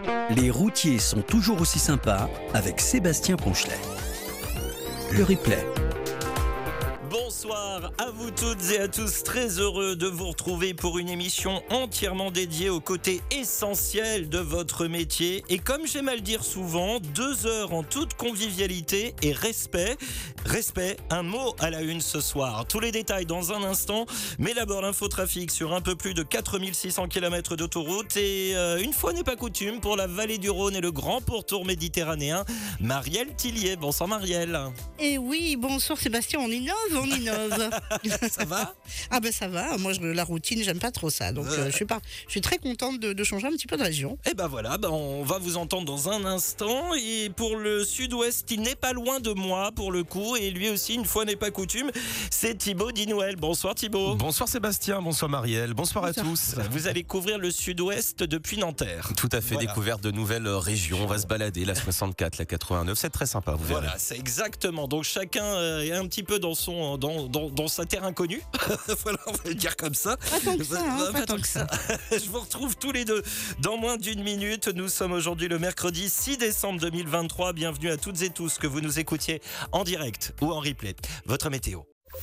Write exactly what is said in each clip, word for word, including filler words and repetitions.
Les routiers sont toujours aussi sympas avec Sébastien Ponchelet. Le replay. Bonsoir à vous toutes et à tous, très heureux de vous retrouver pour une émission entièrement dédiée au côté essentiel de votre métier. Et comme j'aime à le dire souvent, deux heures en toute convivialité et respect. Respect, un mot à la une ce soir. Tous les détails dans un instant, mais d'abord l'infotrafic sur un peu plus de quatre mille six cents kilomètres d'autoroute. Et euh, une fois n'est pas coutume, pour la vallée du Rhône et le grand pourtour méditerranéen, Marielle Tillier. Bonsoir Marielle. Et oui, bonsoir Sébastien, on innove, on innove. Ça va ? Ah ben ça va, moi je, la routine, j'aime pas trop ça, donc euh, je, suis pas, je suis très contente de, de changer un petit peu de région. Et ben voilà, ben on va vous entendre dans un instant. Et pour le sud-ouest, il n'est pas loin de moi pour le coup, et lui aussi, une fois n'est pas coutume, c'est Thibaut Dinouel. Bonsoir Thibaut. Bonsoir Sébastien, bonsoir Marielle, bonsoir, bonsoir à tous. Vous allez couvrir le sud-ouest depuis Nanterre. Tout à fait, voilà. Découverte de nouvelles régions, on va se balader, la soixante-quatre, la quatre-vingt-neuf, c'est très sympa, vous verrez. Voilà, c'est exactement, donc chacun est un petit peu dans, son, dans, dans, dans sa terre inconnue, voilà, on va le dire comme ça. Pas tant que ça, hein, pas, pas tant que ça. Je vous retrouve tous les deux dans moins d'une minute. Nous sommes aujourd'hui le mercredi six décembre deux mille vingt-trois. Bienvenue à toutes et tous, que vous nous écoutiez en direct ou en replay. Votre météo.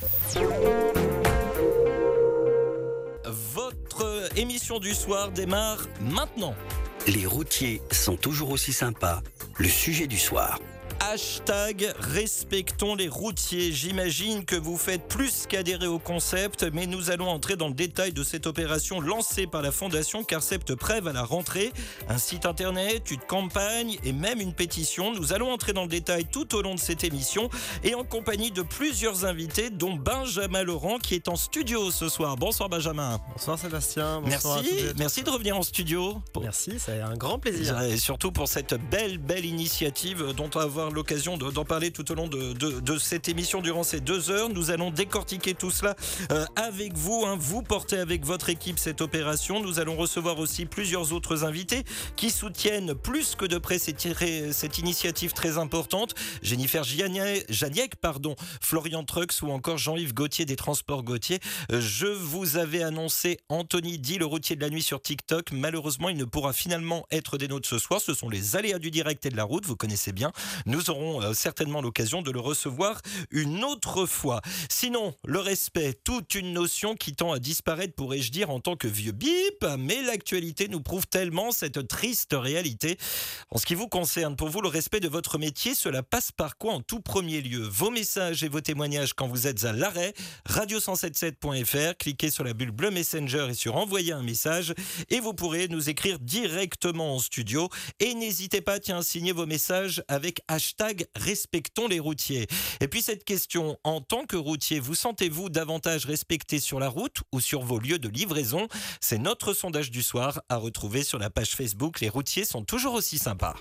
Votre émission du soir démarre maintenant. Les routiers sont toujours aussi sympas. Le sujet du soir. Hashtag respectons les routiers. J'imagine que vous faites plus qu'adhérer au concept, mais nous allons entrer dans le détail de cette opération lancée par la Fondation Carcept Prèves à la rentrée. Un site internet, une campagne et même une pétition. Nous allons entrer dans le détail tout au long de cette émission et en compagnie de plusieurs invités, dont Benjamin Laurent qui est en studio ce soir. Bonsoir Benjamin. Bonsoir Sébastien. Bonsoir merci, à toutes et à tous. Merci de revenir en studio. Merci, c'est un grand plaisir. Et surtout pour cette belle, belle initiative dont on va avoir l'occasion de, d'en parler tout au long de, de, de cette émission durant ces deux heures. Nous allons décortiquer tout cela euh, avec vous. Hein. Vous portez avec votre équipe cette opération. Nous allons recevoir aussi plusieurs autres invités qui soutiennent plus que de près cette, cette initiative très importante. Jennifer Janiek, pardon, Florian Trucks ou encore Jean-Yves Gauthier des Transports Gauthier. Euh, je vous avais annoncé Anthony Di, le routier de la nuit sur TikTok. Malheureusement, il ne pourra finalement être des nôtres ce soir. Ce sont les aléas du direct et de la route. Vous connaissez bien. Nous aurons euh, certainement l'occasion de le recevoir une autre fois. Sinon, le respect, toute une notion qui tend à disparaître, pourrais-je dire, en tant que vieux bip, mais l'actualité nous prouve tellement cette triste réalité. En ce qui vous concerne, pour vous, le respect de votre métier, cela passe par quoi en tout premier lieu ? Vos messages et vos témoignages quand vous êtes à l'arrêt, radio cent soixante-sept point f r, cliquez sur la bulle bleue Messenger et sur envoyer un message et vous pourrez nous écrire directement en studio. Et n'hésitez pas, tiens, à signer vos messages avec hashtag respectons les routiers. Et puis cette question, en tant que routier, vous sentez-vous davantage respecté sur la route ou sur vos lieux de livraison ? C'est notre sondage du soir à retrouver sur la page Facebook. Les routiers sont toujours aussi sympas.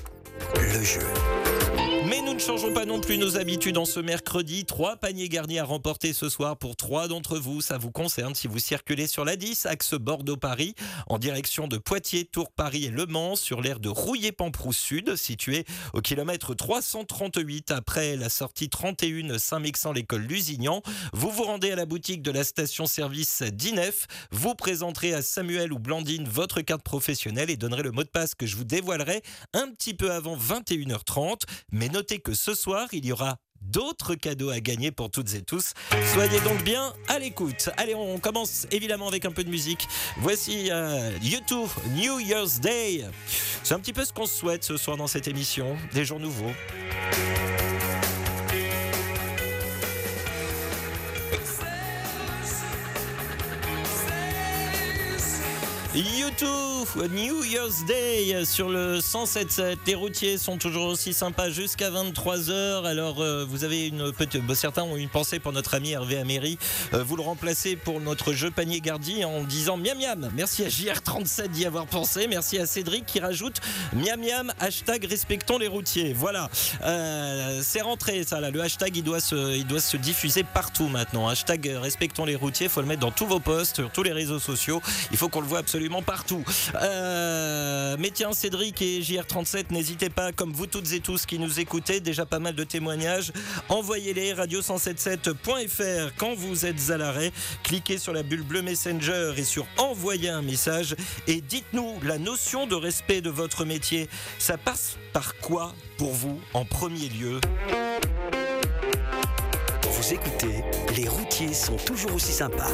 Le jeu. Mais nous ne changeons pas non plus nos habitudes en ce mercredi. Trois paniers garnis à remporter ce soir pour trois d'entre vous. Ça vous concerne si vous circulez sur la dix, axe Bordeaux-Paris, en direction de Poitiers, Tours, Paris et Le Mans, sur l'aire de Rouillé-Pamproux Sud, situé au kilomètre trois cent trente-huit, après la sortie trente et un Saint-Mexan-l'École Lusignan. Vous vous rendez à la boutique de la station-service d'I N E F, vous présenterez à Samuel ou Blandine votre carte professionnelle et donnerez le mot de passe que je vous dévoilerai un petit peu avant vingt et une heures trente. Mais notez que ce soir, il y aura d'autres cadeaux à gagner pour toutes et tous. Soyez donc bien à l'écoute. Allez, on commence évidemment avec un peu de musique. Voici euh, U deux, New Year's Day. C'est un petit peu ce qu'on se souhaite ce soir dans cette émission. Des jours nouveaux. U deux, New Year's Day sur le cent soixante-dix-sept. Les routiers sont toujours aussi sympas jusqu'à vingt-trois heures. Alors euh, vous avez une petite, bah, certains ont une pensée pour notre ami Hervé Améry. Euh, vous le remplacez pour notre jeu panier gardi en disant miam miam. Merci à J R trente-sept d'y avoir pensé. Merci à Cédric qui rajoute miam miam, hashtag respectons les routiers. Voilà, euh, c'est rentré ça là. Le hashtag il doit se, il doit se diffuser partout maintenant. Hashtag respectons les routiers. Il faut le mettre dans tous vos posts, sur tous les réseaux sociaux. Il faut qu'on le voit absolument absolument partout. Euh, mais tiens, Cédric et J R trente-sept, n'hésitez pas, comme vous toutes et tous qui nous écoutez, déjà pas mal de témoignages, envoyez-les radio cent soixante-dix-sept point f r quand vous êtes à l'arrêt. Cliquez sur la bulle bleue Messenger et sur envoyer un message et dites-nous la notion de respect de votre métier. Ça passe par quoi pour vous en premier lieu ? Vous écoutez, les routiers sont toujours aussi sympas.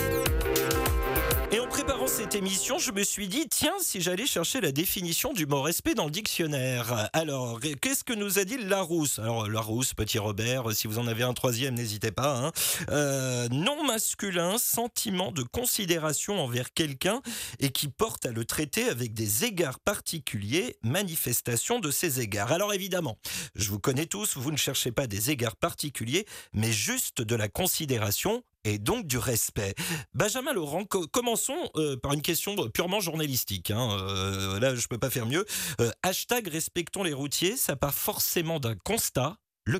Et en préparant cette émission, je me suis dit, tiens, si j'allais chercher la définition du mot respect dans le dictionnaire. Alors, qu'est-ce que nous a dit le Larousse ? Alors, Larousse, petit Robert, si vous en avez un troisième, n'hésitez pas. Hein. Euh, non masculin, sentiment de considération envers quelqu'un et qui porte à le traiter avec des égards particuliers, manifestation de ces égards. Alors évidemment, je vous connais tous, vous ne cherchez pas des égards particuliers, mais juste de la considération et donc du respect. Benjamin Laurent, co- commençons euh, par une question purement journalistique. Hein. Euh, là, je ne peux pas faire mieux. Euh, hashtag respectons les routiers, ça part forcément d'un constat. Lequel ?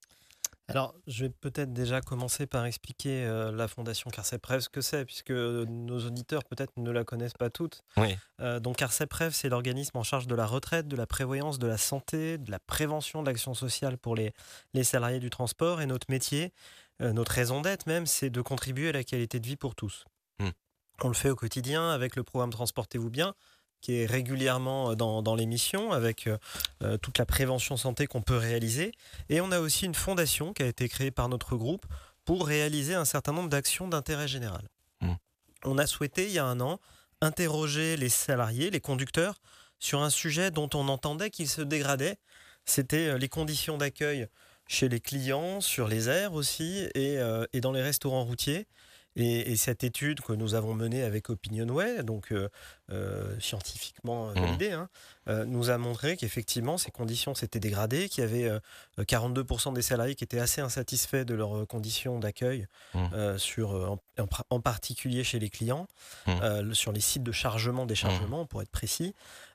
Alors, je vais peut-être déjà commencer par expliquer euh, la Fondation CARCEPREV, ce que c'est, puisque nos auditeurs peut-être ne la connaissent pas toutes. Oui. Euh, donc CARCEPREV, c'est l'organisme en charge de la retraite, de la prévoyance, de la santé, de la prévention, de l'action sociale pour les, les salariés du transport. Et notre métier, euh, notre raison d'être même, c'est de contribuer à la qualité de vie pour tous. Mmh. On le fait au quotidien avec le programme Transportez-vous bien, qui est régulièrement dans, dans l'émission, avec euh, toute la prévention santé qu'on peut réaliser. Et on a aussi une fondation qui a été créée par notre groupe pour réaliser un certain nombre d'actions d'intérêt général. Mmh. On a souhaité, il y a un an, interroger les salariés, les conducteurs, sur un sujet dont on entendait qu'il se dégradait. C'était les conditions d'accueil chez les clients, sur les aires aussi, et, euh, et dans les restaurants routiers. Et, et cette étude que nous avons menée avec Opinionway, donc euh, euh, scientifiquement validée, hein, euh, nous a montré qu'effectivement ces conditions s'étaient dégradées, qu'il y avait euh, quarante-deux pour cent des salariés qui étaient assez insatisfaits de leurs conditions d'accueil, Mmh. euh, sur, en, en, en particulier chez les clients, Mmh. euh, sur les sites de chargement, déchargement, pour être précis,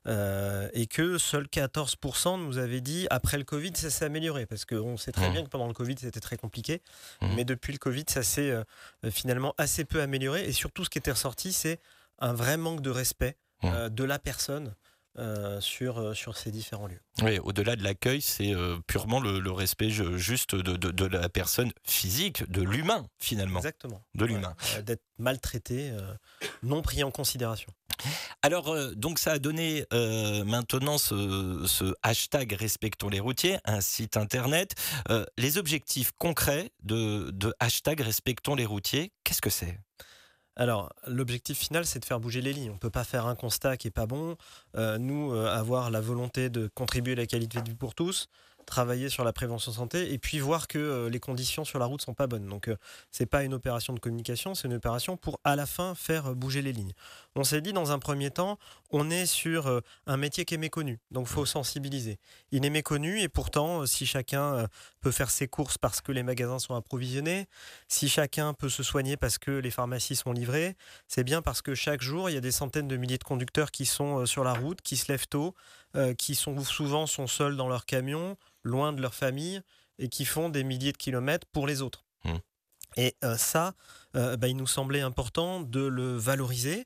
euh, et que seuls quatorze pour cent nous avaient dit après le Covid ça s'est amélioré, parce qu'on sait très Mmh. bien que pendant le Covid c'était très compliqué, Mmh. mais depuis le Covid ça s'est euh, finalement assez peu amélioré, et surtout ce qui était ressorti c'est un vrai manque de respect Mmh. euh, de la personne euh, sur, euh, sur ces différents lieux. Oui, au-delà de l'accueil, c'est euh, purement le, le respect je- juste de, de, de la personne physique, de l'humain finalement. Exactement. De l'humain. Ouais, euh, d'être maltraité, euh, non pris en considération. Alors, euh, donc ça a donné euh, maintenant ce, ce hashtag respectons les routiers, un site internet. Euh, les objectifs concrets de, de hashtag respectons les routiers, qu'est-ce que c'est ? Alors, l'objectif final, c'est de faire bouger les lignes. On ne peut pas faire un constat qui n'est pas bon. Euh, nous, euh, avoir la volonté de contribuer à la qualité de vie pour tous, travailler sur la prévention santé, et puis voir que euh, les conditions sur la route ne sont pas bonnes. Donc, euh, ce n'est pas une opération de communication, c'est une opération pour, à la fin, faire euh, bouger les lignes. On s'est dit, dans un premier temps, on est sur euh, un métier qui est méconnu. Donc, il faut sensibiliser. Il est méconnu, et pourtant, euh, si chacun euh, peut faire ses courses parce que les magasins sont approvisionnés, si chacun peut se soigner parce que les pharmacies sont livrées, c'est bien parce que chaque jour, il y a des centaines de milliers de conducteurs qui sont euh, sur la route, qui se lèvent tôt, euh, qui sont souvent sont seuls dans leur camion, loin de leur famille, et qui font des milliers de kilomètres pour les autres. Mmh. Et euh, ça, euh, bah, il nous semblait important de le valoriser.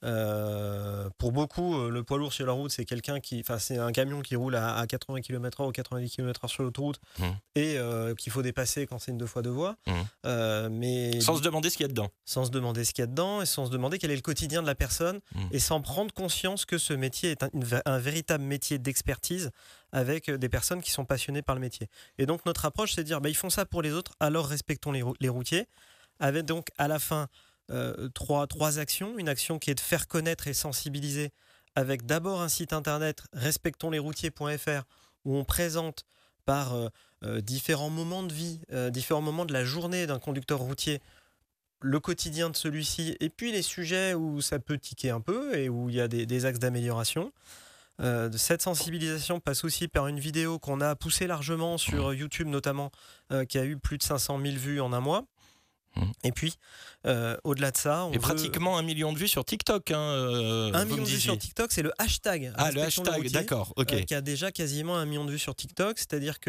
Euh, pour beaucoup, euh, le poids lourd sur la route, c'est quelqu'un qui, enfin, c'est un camion qui roule à, à quatre-vingts kilomètres heure ou quatre-vingt-dix kilomètres heure sur l'autoroute, Mmh. et euh, qu'il faut dépasser quand c'est une deux fois deux voies. Mmh. Euh, mais Sans se demander ce qu'il y a dedans. sans se demander ce qu'il y a dedans, et sans se demander quel est le quotidien de la personne, Mmh. et sans prendre conscience que ce métier est un, une vé- un véritable métier d'expertise avec euh, des personnes qui sont passionnées par le métier. Et donc notre approche, c'est de dire, bah, ils font ça pour les autres, alors respectons les, rou- les routiers, avec donc à la fin euh, trois, trois actions. Une action qui est de faire connaître et sensibiliser, avec d'abord un site internet respectons les routiers point f r, où on présente par euh, euh, différents moments de vie, euh, différents moments de la journée d'un conducteur routier, le quotidien de celui-ci, et puis les sujets où ça peut tiquer un peu et où il y a des, des axes d'amélioration. Euh, cette sensibilisation passe aussi par une vidéo qu'on a poussée largement sur YouTube notamment, euh, qui a eu plus de cinq cent mille vues en un mois. Mmh. Et puis, euh, au-delà de ça, on Et veut... pratiquement un million de vues sur TikTok. Hein, euh, un vous million me de vues disiez. sur TikTok, c'est le hashtag. Ah, le Respectons les hashtag, routiers, d'accord, ok. euh, qui a déjà quasiment un million de vues sur TikTok. C'est-à-dire que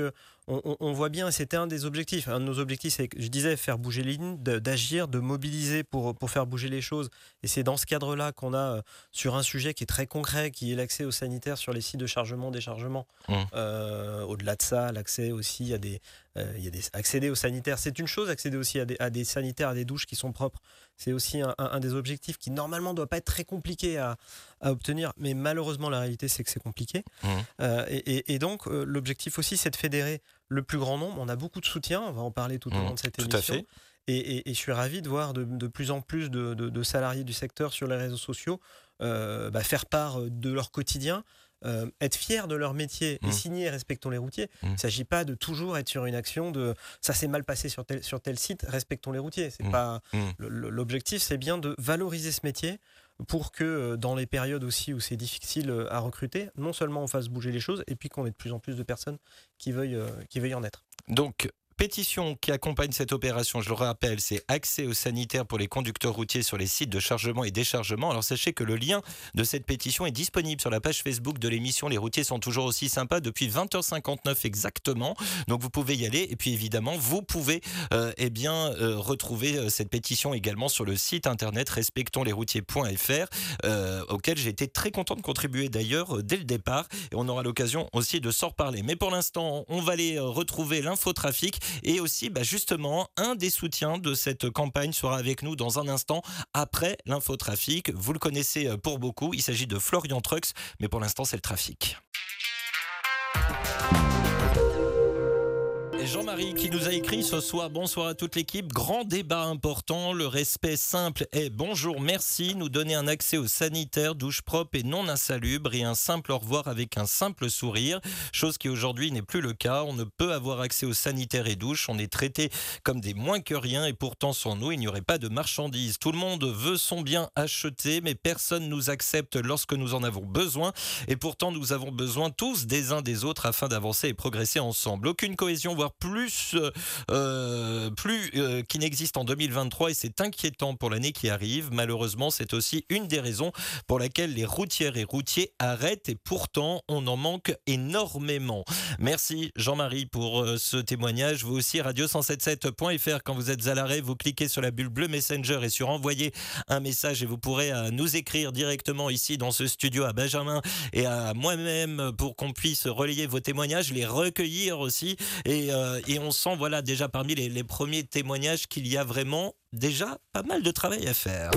on, on, on voit bien, et c'était un des objectifs. Un de nos objectifs, c'est, je disais, faire bouger les lignes, de, d'agir, de mobiliser pour, pour faire bouger les choses. Et c'est dans ce cadre-là qu'on a, euh, sur un sujet qui est très concret, qui est l'accès aux sanitaires sur les sites de chargement, déchargement. Mmh. Euh, au-delà de ça, l'accès aussi à des... Euh, il y a des accéder aux sanitaires, c'est une chose, accéder aussi à des, à des sanitaires, à des douches qui sont propres. C'est aussi un, un, un des objectifs qui normalement ne doit pas être très compliqué à, à obtenir, mais malheureusement la réalité c'est que c'est compliqué. Mmh. Euh, et, et, et donc euh, l'objectif aussi c'est de fédérer le plus grand nombre. On a beaucoup de soutien, on va en parler tout au long mmh, de cette émission. Tout à fait. Et, et, et je suis ravi de voir de, de plus en plus de, de, de salariés du secteur sur les réseaux sociaux euh, bah, faire part de leur quotidien. Euh, être fiers de leur métier mmh. et signer Respectons les routiers. Mmh. Il ne s'agit pas de toujours être sur une action de ça s'est mal passé sur tel, sur tel site, respectons les routiers. C'est mmh. pas, mmh. L'objectif, c'est bien de valoriser ce métier pour que dans les périodes aussi où c'est difficile à recruter, non seulement on fasse bouger les choses et puis qu'on ait de plus en plus de personnes qui veuillent, euh, qui veuillent en être. Donc, pétition qui accompagne cette opération, je le rappelle, c'est accès aux sanitaires pour les conducteurs routiers sur les sites de chargement et déchargement. Alors sachez que le lien de cette pétition est disponible sur la page Facebook de l'émission Les routiers sont toujours aussi sympas depuis vingt heures cinquante-neuf exactement. Donc vous pouvez y aller et puis évidemment vous pouvez euh, eh bien, euh, retrouver euh, cette pétition également sur le site internet respectons les routiers point f r euh, auquel j'ai été très content de contribuer d'ailleurs euh, dès le départ et on aura l'occasion aussi de s'en reparler. Mais pour l'instant, on va aller euh, retrouver l'infotrafic. Et aussi, bah justement, un des soutiens de cette campagne sera avec nous dans un instant après l'infotrafic. Vous le connaissez pour beaucoup, il s'agit de Florian Trucks, mais pour l'instant, c'est le trafic. Jean-Marie qui nous a écrit ce soir, bonsoir à toute l'équipe, grand débat important, le respect simple est bonjour, merci, nous donner un accès aux sanitaires, douche propre et non insalubre et un simple au revoir avec un simple sourire, chose qui aujourd'hui n'est plus le cas, on ne peut avoir accès aux sanitaires et douches, on est traité comme des moins que rien et pourtant sans nous il n'y aurait pas de marchandises, tout le monde veut son bien acheté mais personne nous accepte lorsque nous en avons besoin et pourtant nous avons besoin tous des uns des autres afin d'avancer et progresser ensemble, aucune cohésion voire plus, euh, plus euh, qui n'existe en deux mille vingt-trois et c'est inquiétant pour l'année qui arrive. Malheureusement, c'est aussi une des raisons pour laquelle les routières et routiers arrêtent et pourtant, on en manque énormément. Merci Jean-Marie pour euh, ce témoignage. Vous aussi, radio cent soixante-dix-sept point f r, quand vous êtes à l'arrêt, vous cliquez sur la bulle bleue Messenger et sur envoyer un message et vous pourrez euh, nous écrire directement ici dans ce studio à Benjamin et à moi-même pour qu'on puisse relayer vos témoignages, les recueillir aussi et euh, Et on sent voilà, déjà parmi les, les premiers témoignages qu'il y a vraiment déjà pas mal de travail à faire.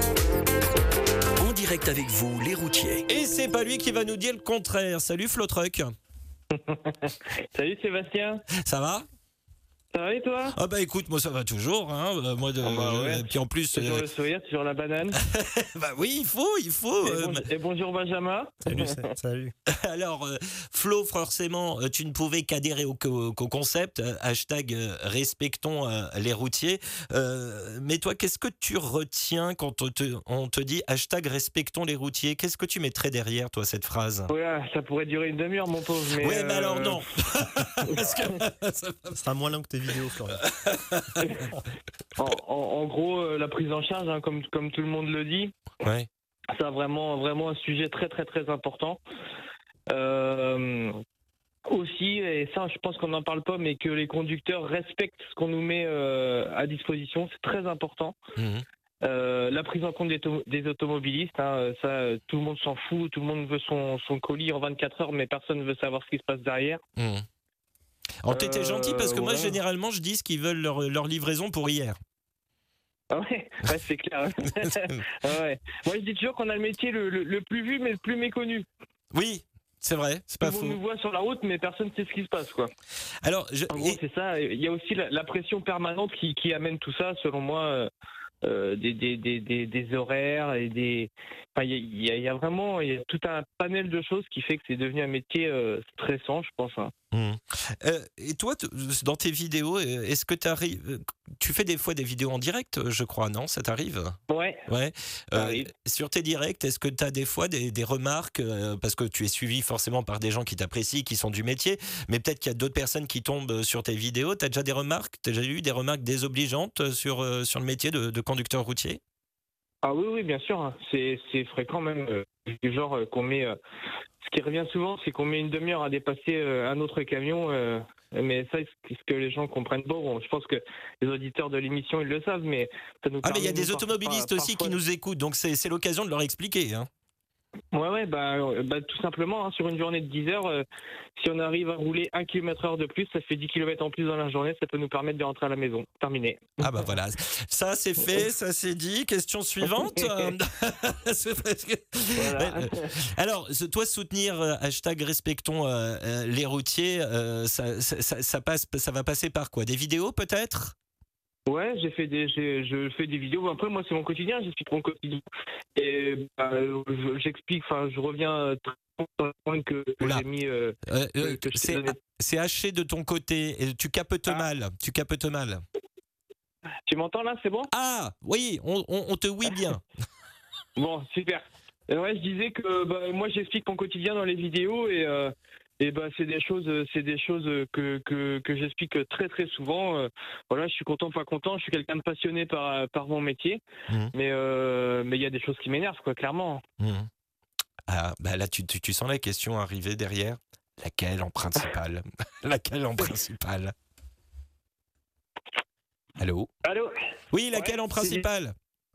En direct avec vous, les routiers. Et c'est pas lui qui va nous dire le contraire. Salut Flotruck. Salut Sébastien. Ça va ? Ça va et toi ? Ah bah écoute, moi ça va toujours, hein. Euh, moi de, ah bah ouais. euh, puis en plus toujours euh... le sourire, toujours la banane. bah oui, il faut, il faut. Et, bon, et bonjour Benjamin. Salut, salut. Alors euh, Flo, forcément, tu ne pouvais qu'adhérer au, au, au concept euh, hashtag euh, respectons euh, les routiers. Euh, mais toi, qu'est-ce que tu retiens quand on te, on te dit hashtag respectons les routiers ? Qu'est-ce que tu mettrais derrière toi cette phrase ? Ouais, ça pourrait durer une demi-heure, mon pauvre. Mais ouais, euh... mais alors non. Parce que ça sera moins long que tes vidéo, Florian. en, en, en gros, euh, la prise en charge, hein, comme, comme tout le monde le dit, ouais. c'est vraiment, vraiment un sujet très très très important. Euh, aussi, et ça je pense qu'on n'en parle pas, mais que les conducteurs respectent ce qu'on nous met euh, à disposition, c'est très important. Mmh. Euh, la prise en compte des, to- des automobilistes, hein, ça tout le monde s'en fout, tout le monde veut son, son colis en vingt-quatre heures, mais personne ne veut savoir ce qui se passe derrière. Mmh. Alors t'étais euh, gentil parce que moi voilà. Généralement je dis qu'ils veulent leur, leur livraison pour hier. Ah ouais, ouais, c'est clair. ah ouais. Moi je dis toujours qu'on a le métier le, le, le plus vu mais le plus méconnu. Oui, c'est vrai, c'est pas Tout faux. le monde nous voit sur la route mais personne ne sait ce qui se passe quoi. Alors, je... En gros et... c'est ça, il y a aussi la, la pression permanente qui, qui amène tout ça selon moi. Euh... Euh, des, des, des, des, des horaires et des. Enfin, il y, y, y a vraiment y a tout un panel de choses qui fait que c'est devenu un métier euh, stressant, je pense. Hein. Mmh. Euh, et toi, t- dans tes vidéos, est-ce que t'arrives, tu fais des fois des vidéos en direct, je crois, non ? Ça t'arrive ? Ouais. Ouais. Euh, sur tes directs, est-ce que tu as des fois des, des remarques euh, parce que tu es suivi forcément par des gens qui t'apprécient, qui sont du métier, mais peut-être qu'il y a d'autres personnes qui tombent sur tes vidéos. Tu as déjà des remarques ? Tu as déjà eu des remarques désobligeantes sur, euh, sur le métier de, de conducteur routier ? Ah oui, oui, bien sûr. Hein. C'est, c'est fréquent même. Euh, du genre euh, qu'on met. Euh, ce qui revient souvent, c'est qu'on met une demi-heure à dépasser euh, un autre camion. Euh, mais ça, ce que les gens comprennent pas. Bon, je pense que les auditeurs de l'émission, ils le savent, mais ça nous Ah, mais il y a permet, des nous, automobilistes par- aussi parfois- qui nous écoutent, donc c'est, c'est l'occasion de leur expliquer. Hein. Ouais, ouais, bah, euh, bah tout simplement, hein, sur une journée de dix heures, euh, si on arrive à rouler un kilomètre heure de plus, ça fait dix kilomètres en plus dans la journée, ça peut nous permettre de rentrer à la maison. Terminé. Ah bah voilà, ça c'est fait, ça c'est dit. Question suivante. Euh, c'est parce que- Voilà. Ouais, euh, Alors, ce- toi soutenir euh, hashtag respectons euh, euh, les routiers, euh, ça, ça, ça- ça passe, ça va passer par quoi? Des vidéos peut-être? Ouais, j'ai fait des, j'ai- je fais des vidéos. Après, moi, c'est mon quotidien. J'explique mon quotidien. Et bah, je- j'explique. Enfin, je reviens euh, très sur le point que, que Oula. j'ai mis. euh, Euh, euh, que je t'ai c'est, donné. c'est haché de ton côté. Et tu capotes Ah. mal. Tu capotes mal. Tu m'entends là? C'est bon? Ah oui, on, on, on te oui bien. Bon, super. Et ouais, je disais que bah, moi, j'explique mon quotidien dans les vidéos et. Euh, et bah, c'est des choses, c'est des choses que, que, que j'explique très très souvent. Euh, voilà, je suis content, pas content. Je suis quelqu'un de passionné par, par mon métier, Mhm. mais euh, mais il y a des choses qui m'énervent, quoi, clairement. Mhm. Ah bah là, tu, tu, tu sens la question arriver derrière. Laquelle en principal? Laquelle en principal? Allô? Allô? Oui, laquelle Ouais, en principal?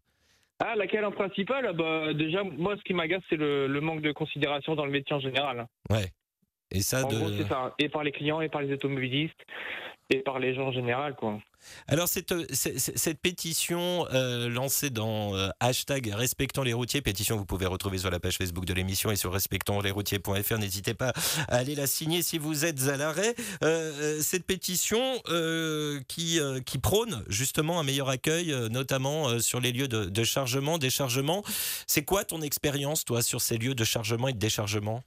Ah, laquelle en principal? Bah, déjà, moi, ce qui m'agace, c'est le, le manque de considération dans le métier en général. Ouais. Et ça En de. gros, c'est ça. Et par les clients, et par les automobilistes, et par les gens en général, quoi. Alors cette, cette, cette pétition euh, lancée dans euh, hashtag respectons les routiers, pétition que vous pouvez retrouver sur la page Facebook de l'émission et sur respectons les routiers point f r, n'hésitez pas à aller la signer si vous êtes à l'arrêt. Euh, cette pétition euh, qui, euh, qui prône justement un meilleur accueil, euh, notamment euh, sur les lieux de, de chargement, déchargement. C'est quoi ton expérience, toi, sur ces lieux de chargement et de déchargement?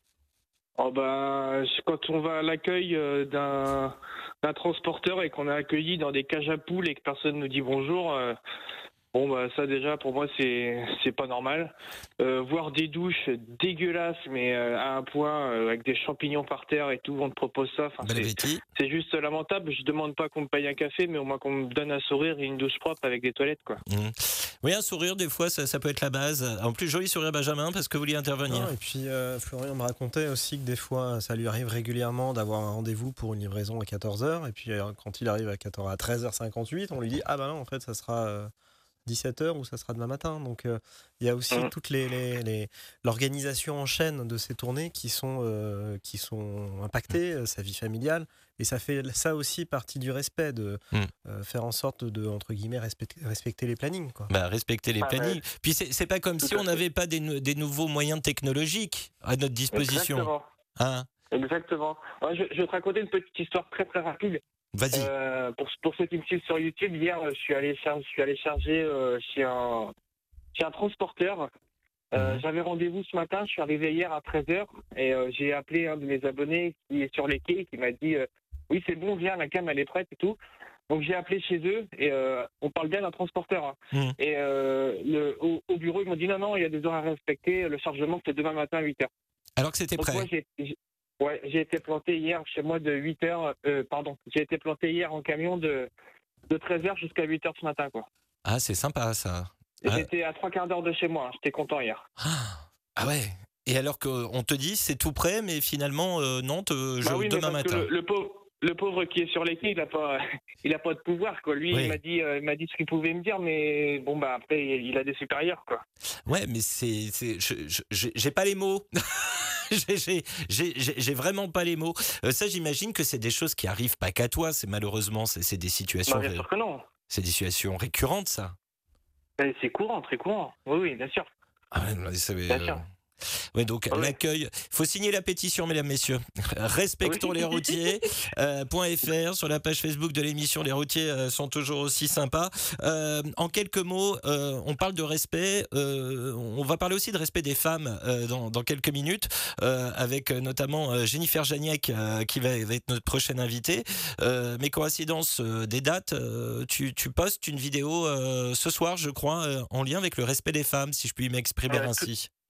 Oh bah, quand on va à l'accueil euh, d'un d'un transporteur et qu'on est accueilli dans des cages à poules et que personne nous dit bonjour, euh, bon bah ça déjà pour moi c'est c'est pas normal. Euh, voir des douches dégueulasses mais euh, à un point euh, avec des champignons par terre et tout, on te propose ça. Enfin, Belle c'est Betty. c'est juste lamentable. Je demande pas qu'on me paye un café, mais au moins qu'on me donne un sourire et une douche propre avec des toilettes, quoi. Mmh. Oui, un sourire, des fois, ça, ça peut être la base. En plus, joli sourire, Benjamin, parce que vous vouliez intervenir. Non, et puis euh, Florian me racontait aussi que des fois ça lui arrive régulièrement d'avoir un rendez-vous pour une livraison à quatorze heures et puis euh, quand il arrive à, quatorze, à treize heures cinquante-huit on lui dit ah bah non en fait ça sera euh, dix-sept heures ou ça sera demain matin. Donc euh, il y a aussi Mhm. toute les, les, les- l'organisation en chaîne de ces tournées qui sont, euh, qui sont impactées, euh, sa vie familiale. Et ça fait ça aussi partie du respect, de Mhm. euh, faire en sorte de, entre guillemets, respecter, respecter les plannings, quoi. Bah, respecter les Ah, plannings. ouais. Puis c'est, c'est pas comme Tout si à on fait. n'avait pas des, nou- des nouveaux moyens technologiques à notre disposition. Exactement. Hein? Exactement. Ouais, je, je vais te raconter une petite histoire très très rapide. Vas-y. Euh, pour, pour ceux qui me suivent sur YouTube, hier, euh, je suis allé, char- je suis allé charger euh, chez, un, chez un transporteur. Euh, Mhm. J'avais rendez-vous ce matin, je suis arrivé hier à treize heures et euh, j'ai appelé un de mes abonnés qui est sur les quais qui m'a dit euh, oui c'est bon, viens, la cam elle est prête et tout. Donc j'ai appelé chez eux et euh, on parle bien d'un transporteur. Hein. Mhm. Et euh, le, au, au bureau ils m'ont dit non, non, il y a des horaires à respecter, le chargement c'est demain matin à huit heures. Alors que c'était Donc prêt. moi, j'ai, j'ai- ouais, j'ai été planté hier chez moi de huit heures, euh, pardon, j'ai été planté hier en camion de, de treize heures jusqu'à huit heures ce matin, quoi. Ah, c'est sympa ça. Et Ah. J'étais à trois quarts d'heure de chez moi, hein, j'étais content hier. Ah, ah ouais. Et alors qu'on te dit c'est tout prêt, mais finalement euh, non, te- je, Bah oui, mais demain parce que matin. le, le pauvre, le pauvre qui est sur les quais, il a pas, il a pas de pouvoir, quoi. Lui, Oui. il m'a dit, euh, il m'a dit ce qu'il pouvait me dire, mais bon, bah après, il a des supérieurs, quoi. Ouais, mais c'est, c'est, je, je- j'ai j'ai pas les mots. j'ai, j'ai, j'ai, j'ai- j'ai vraiment pas les mots. Euh, ça, j'imagine que c'est des choses qui arrivent pas qu'à toi. C'est malheureusement, c'est, c'est des situations, Bah, bien ré- sûr que non. c'est des situations récurrentes, ça. Mais C'est courant, très courant. Oui, oui, bien sûr. Ah ouais, mais c'est, Bien sûr. Ouais, donc Ah ouais. l'accueil. Faut signer la pétition, mesdames, messieurs. Respectons Oui. les routiers. euh, point .fr sur la page Facebook de l'émission. Les routiers euh, sont toujours aussi sympas. Euh, en quelques mots, euh, on parle de respect. euh, on va parler aussi de respect des femmes euh, dans, dans quelques minutes, euh, avec euh, notamment euh, Jennifer Janiak euh, qui va, va être notre prochaine invitée. Euh, mais coïncidence euh, des dates, euh, tu, tu postes une vidéo euh, ce soir, je crois, euh, en lien avec le respect des femmes, si je puis m'exprimer Euh, tout- ainsi.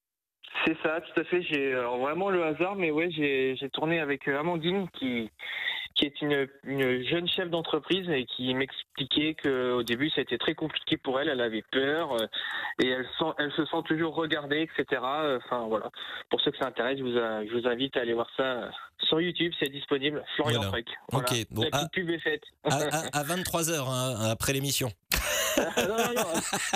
C'est ça, tout à fait. J'ai alors, vraiment le hasard, mais ouais, j'ai, j'ai tourné avec euh, Amandine, qui, qui est une, une jeune chef d'entreprise et qui m'expliquait qu'au début, ça a été très compliqué pour elle. Elle avait peur euh, et elle, sent, elle se sent toujours regardée, et cetera. Enfin, voilà. Pour ceux que ça intéresse, je vous, a- je vous invite à aller voir ça euh, sur YouTube. C'est disponible. Florian Voilà. Freck. Ok, bon, La à- petite pub est faite. À, à- à vingt-trois heures, hein, après l'émission. non, non, non.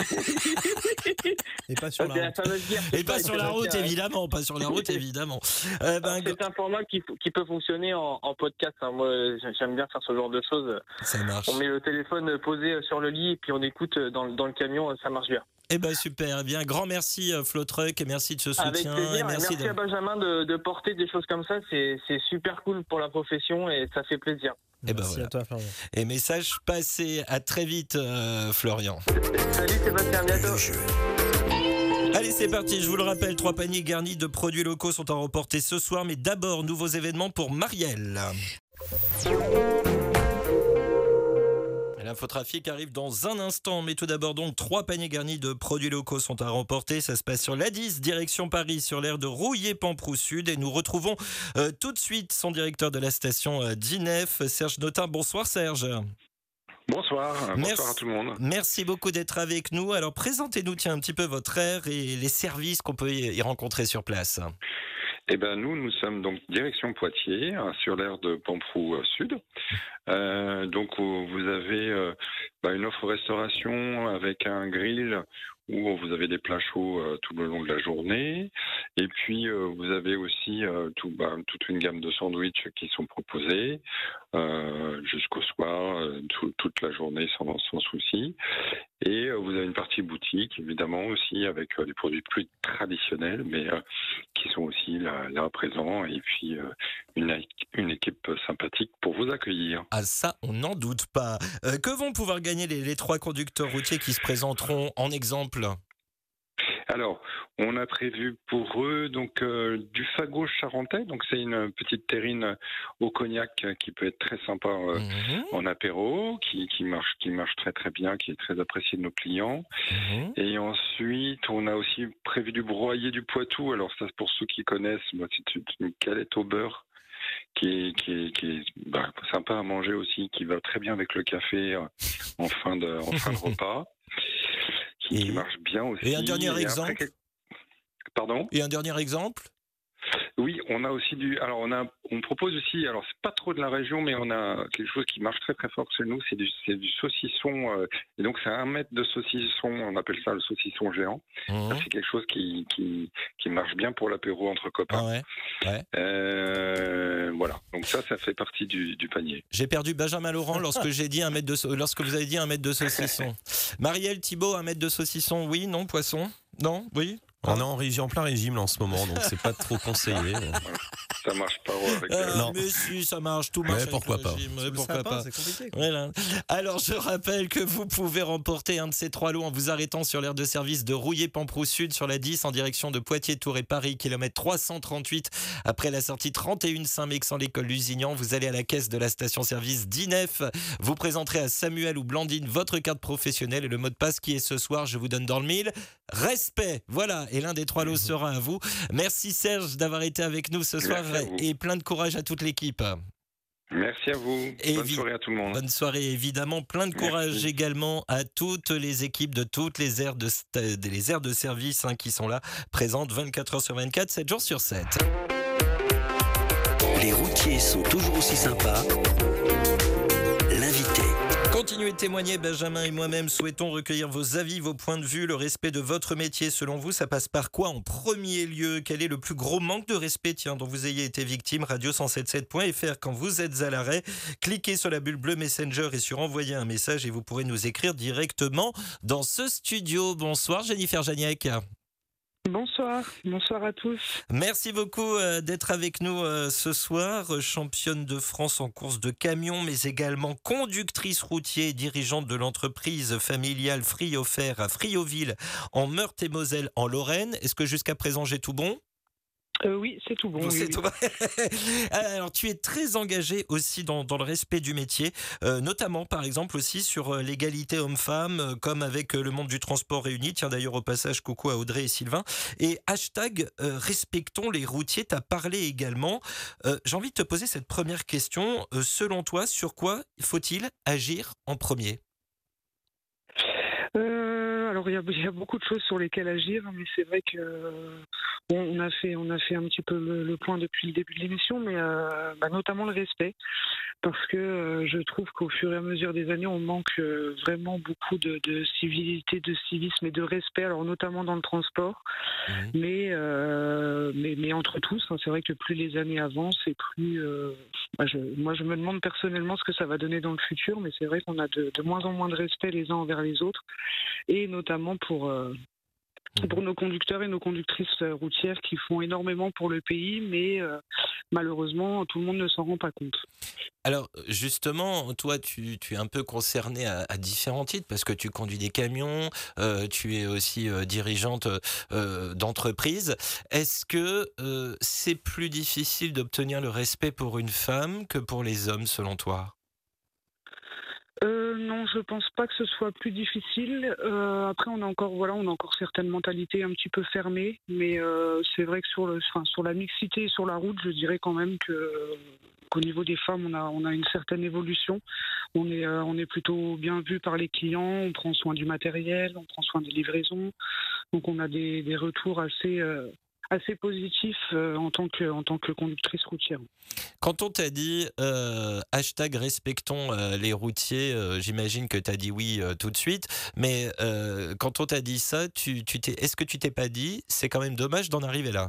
Et pas sur C'est la la route. fameuse bière. Et pas sur la route, évidemment. évidemment. Pas sur la route, évidemment. Euh, ben, Alors, c'est un format qui, qui peut fonctionner en, en podcast. hein. Moi, j'aime bien faire ce genre de choses. ça marche. On met le téléphone posé sur le lit et puis on écoute dans, le- dans le camion. Ça marche bien. Eh ben super. Eh bien, grand merci euh, Flo Truck et merci de ce soutien. Avec plaisir. et Et merci merci de- à Benjamin de, de porter des choses comme ça. C'est, c'est super cool pour la profession et ça fait plaisir. Eh ben Merci voilà. à toi, Florian. Et message passé. À très vite, euh, Florian. Salut Sébastien, à bientôt. Le jeu. Allez, c'est parti. Je vous le rappelle, trois paniers garnis de produits locaux sont à remporter ce soir. Mais d'abord, nouveaux événements pour Marielle. L'infotrafic arrive dans un instant, mais tout d'abord donc trois paniers garnis de produits locaux sont à remporter. Ça se passe sur l'A dix, direction Paris, sur l'aire de Rouillé-Pamproux Sud. Et nous retrouvons euh, tout de suite son directeur de la station euh, d'I N E F, Serge Notin. Bonsoir Serge. Bonsoir, Merci. bonsoir à tout le monde. Merci beaucoup d'être avec nous. Alors présentez-nous tiens un petit peu votre aire et les services qu'on peut y y rencontrer sur place. Eh ben nous, nous sommes donc direction Poitiers, hein, sur l'aire de Pamproux euh, Sud. Euh, donc euh, vous avez euh, bah, une offre restauration avec un grill où vous avez des plats chauds euh, tout le long de la journée. Et puis euh, vous avez aussi euh, tout, bah, toute une gamme de sandwichs qui sont proposés euh, jusqu'au soir, euh, tout- toute la journée sans, sans souci. Et euh, vous avez une partie boutique, évidemment, aussi, avec euh, des produits plus traditionnels, mais euh, qui sont aussi là, là présents. Et puis, euh, une, é- une équipe sympathique pour vous accueillir. Ah ça, on n'en doute pas. Euh, que vont pouvoir gagner les, les trois conducteurs routiers qui se présenteront en exemple? Alors, on a prévu pour eux donc euh, du fagot charentais. Donc, c'est une petite terrine au cognac euh, qui peut être très sympa euh, Mhm, en apéro, qui, qui marche, qui marche très très bien, qui est très apprécié de nos clients. mhm. Et ensuite, on a aussi prévu du broyé du Poitou. Alors ça, pour ceux qui connaissent, moi, c'est une une galette au beurre qui est, qui est, qui est bah, sympa à manger aussi, qui va très bien avec le café euh, en fin de, en fin de repas, qui, qui Et- marche bien aussi. et un dernier après, exemple quel- Pardon? Et un dernier exemple? Oui, on a aussi du. Alors, on a, on propose aussi. Alors, c'est pas trop de la région, mais on a quelque chose qui marche très très fort chez nous. C'est du, c'est du saucisson. euh, et donc, c'est un mètre de saucisson. On appelle ça le saucisson géant. Mhm. Ça, c'est quelque chose qui, qui, qui marche bien pour l'apéro entre copains. Ah ouais. Euh, voilà. Donc ça, ça fait partie du, du panier. J'ai perdu Benjamin Laurent lorsque j'ai dit un mètre de sau- lorsque vous avez dit un mètre de saucisson. Marielle Thibault, un mètre de saucisson, oui, non, poisson, non, oui. On est en, régi- en plein régime là, en ce moment, donc c'est pas trop conseillé. Ça marche pas avec. Ah, euh, Non. mais si, ça marche, tout marche. Ouais, avec pourquoi le pas. régime, ouais, Sous le pourquoi sapin, pas. c'est compliqué. quoi. Voilà. Alors je rappelle que vous pouvez remporter un de ces trois lots en vous arrêtant sur l'aire de service de Rouillé-Pamproux Sud sur la dix en direction de Poitiers, Tours et Paris, kilomètre trois cent trente-huit. Après la sortie trente et un Saint-Mexan, l'école Lusignan, vous allez à la caisse de la station-service d'I N E F. Vous présenterez à Samuel ou Blandine votre carte professionnelle et le mot de passe qui est ce soir, je vous donne dans le mille. Respect, voilà, et l'un des trois lots sera à vous. Merci Serge d'avoir été avec nous ce soir Merci à vous. et plein de courage à toute l'équipe. Merci à vous. Et Bonne vi- soirée à tout le monde. Bonne soirée, évidemment. Plein de courage Merci. également à toutes les équipes de toutes les aires de, sta- des- les aires de service hein, qui sont là, présentes vingt-quatre heures sur vingt-quatre, sept jours sur sept. Les routiers sont toujours aussi sympas. L'invité. Continuez de témoigner, Benjamin et moi-même souhaitons recueillir vos avis, vos points de vue, le respect de votre métier. Selon vous, ça passe par quoi en premier lieu? Quel est le plus gros manque de respect tiens, dont vous ayez été victime? radio cent soixante-dix-sept point f r quand vous êtes à l'arrêt. Cliquez sur la bulle bleue Messenger et sur envoyer un message et vous pourrez nous écrire directement dans ce studio. Bonsoir Jennifer Janiek. Bonsoir, bonsoir à tous. Merci beaucoup euh, d'être avec nous euh, ce soir, euh, championne de France en course de camion, mais également conductrice routier et dirigeante de l'entreprise familiale Free Offert à Friauville, en Meurthe-et-Moselle, en Lorraine. Est-ce que jusqu'à présent j'ai tout bon ? Euh, oui, c'est tout bon. Bon, oui, c'est oui. tout. Alors, tu es très engagé aussi dans, dans le respect du métier, euh, notamment, par exemple, aussi sur euh, l'égalité homme-femme, euh, comme avec euh, le monde du transport réuni. Tiens, d'ailleurs, au passage, coucou à Audrey et Sylvain. Et hashtag euh, respectons les routiers, tu as parlé également. Euh, j'ai envie de te poser cette première question. Euh, selon toi, sur quoi faut-il agir en premier ? Euh, alors il y, a, il y a beaucoup de choses sur lesquelles agir, mais c'est vrai que euh, bon, on a fait on a fait un petit peu le, le point depuis le début de l'émission, mais euh, bah, notamment le respect, parce que euh, je trouve qu'au fur et à mesure des années, on manque euh, vraiment beaucoup de, de civilité, de civisme et de respect, alors notamment dans le transport, Mmh. mais, euh, mais mais entre tous, hein, c'est vrai que plus les années avancent et plus euh, bah, je, moi je me demande personnellement ce que ça va donner dans le futur, mais c'est vrai qu'on a de, de moins en moins de respect les uns envers les autres. Et notamment pour, euh, pour nos conducteurs et nos conductrices routières qui font énormément pour le pays, mais euh, malheureusement, tout le monde ne s'en rend pas compte. Alors justement, toi, tu, tu es un peu concernée à, à différents titres parce que tu conduis des camions, euh, tu es aussi euh, dirigeante euh, d'entreprise. Est-ce que euh, c'est plus difficile d'obtenir le respect pour une femme que pour les hommes, selon toi ? Euh, non, je pense pas que ce soit plus difficile. Euh, après, on a encore, voilà, on a encore certaines mentalités un petit peu fermées, mais euh, c'est vrai que sur le, enfin, sur la mixité et sur la route, je dirais quand même que qu'au niveau des femmes, on a, on a une certaine évolution. On est, euh, on est plutôt bien vu par les clients. On prend soin du matériel, on prend soin des livraisons. Donc, on a des, des retours assez euh, assez positif euh, en tant que en tant que conductrice routière. Quand on t'a dit euh, hashtag respectons euh, les routiers, euh, j'imagine que tu as dit oui euh, tout de suite, mais euh, quand on t'a dit ça, tu, tu t'es, est-ce que tu t'es pas dit c'est quand même dommage d'en arriver là ?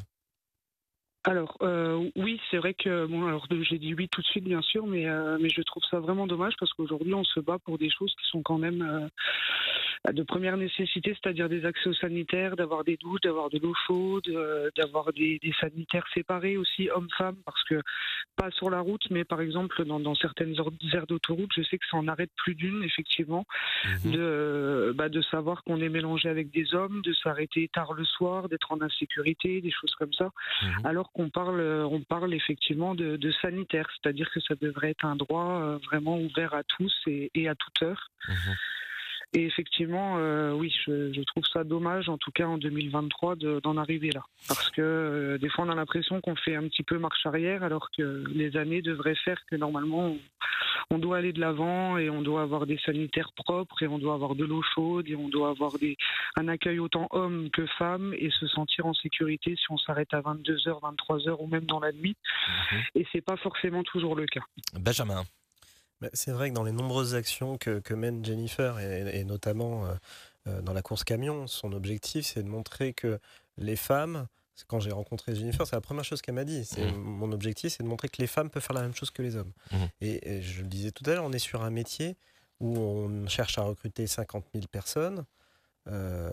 Alors euh, oui, c'est vrai que bon, alors j'ai dit oui tout de suite bien sûr, mais euh, mais je trouve ça vraiment dommage parce qu'aujourd'hui on se bat pour des choses qui sont quand même euh, de première nécessité, c'est-à-dire des accès aux sanitaires, d'avoir des douches, d'avoir de l'eau chaude, euh, d'avoir des, des sanitaires séparés aussi hommes-femmes, parce que pas sur la route, mais par exemple dans, dans certaines aires d'autoroute, je sais que ça en arrête plus d'une effectivement, mmh. de bah, de savoir qu'on est mélangé avec des hommes, de s'arrêter tard le soir, d'être en insécurité, des choses comme ça, mmh. alors qu'on parle on parle effectivement de, de sanitaire, c'est-à-dire que ça devrait être un droit euh, vraiment ouvert à tous et, et à toute heure. Mmh. Et effectivement, euh, oui, je, je trouve ça dommage, en tout cas en deux mille vingt-trois, de, d'en arriver là. Parce que euh, des fois, on a l'impression qu'on fait un petit peu marche arrière, alors que les années devraient faire que normalement, on, on doit aller de l'avant et on doit avoir des sanitaires propres et on doit avoir de l'eau chaude et on doit avoir des, un accueil autant homme que femme et se sentir en sécurité si on s'arrête à vingt-deux heures, vingt-trois heures ou même dans la nuit. Mmh. Et c'est pas forcément toujours le cas. Benjamin. C'est vrai que dans les nombreuses actions que, que mène Jennifer, et, et notamment euh, dans la course camion, son objectif, c'est de montrer que les femmes, quand j'ai rencontré Jennifer, c'est la première chose qu'elle m'a dit. C'est, mmh. Mon objectif, c'est de montrer que les femmes peuvent faire la même chose que les hommes. Mmh. Et, et je le disais tout à l'heure, on est sur un métier où on cherche à recruter cinquante mille personnes. Euh,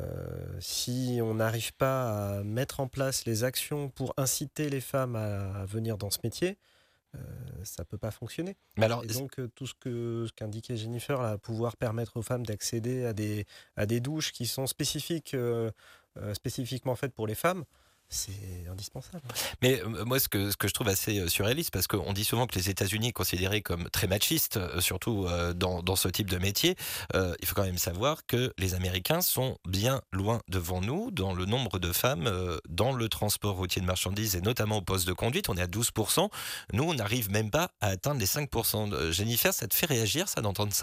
si on n'arrive pas à mettre en place les actions pour inciter les femmes à, à venir dans ce métier, Euh, ça peut pas fonctionner. Mais alors, et donc euh, tout ce que ce qu'indiquait Jennifer, là, pouvoir permettre aux femmes d'accéder à des à des douches qui sont spécifiques euh, euh, spécifiquement faites pour les femmes, c'est indispensable. Mais euh, moi, ce que, ce que je trouve assez surréaliste, parce qu'on dit souvent que les États-Unis sont considérés comme très machistes, euh, surtout euh, dans, dans ce type de métier, euh, il faut quand même savoir que les Américains sont bien loin devant nous dans le nombre de femmes euh, dans le transport routier de marchandises et notamment au poste de conduite. On est à douze pour cent. Nous, on n'arrive même pas à atteindre les cinq pour cent. Euh, Jennifer, ça te fait réagir, ça, d'entendre ça ?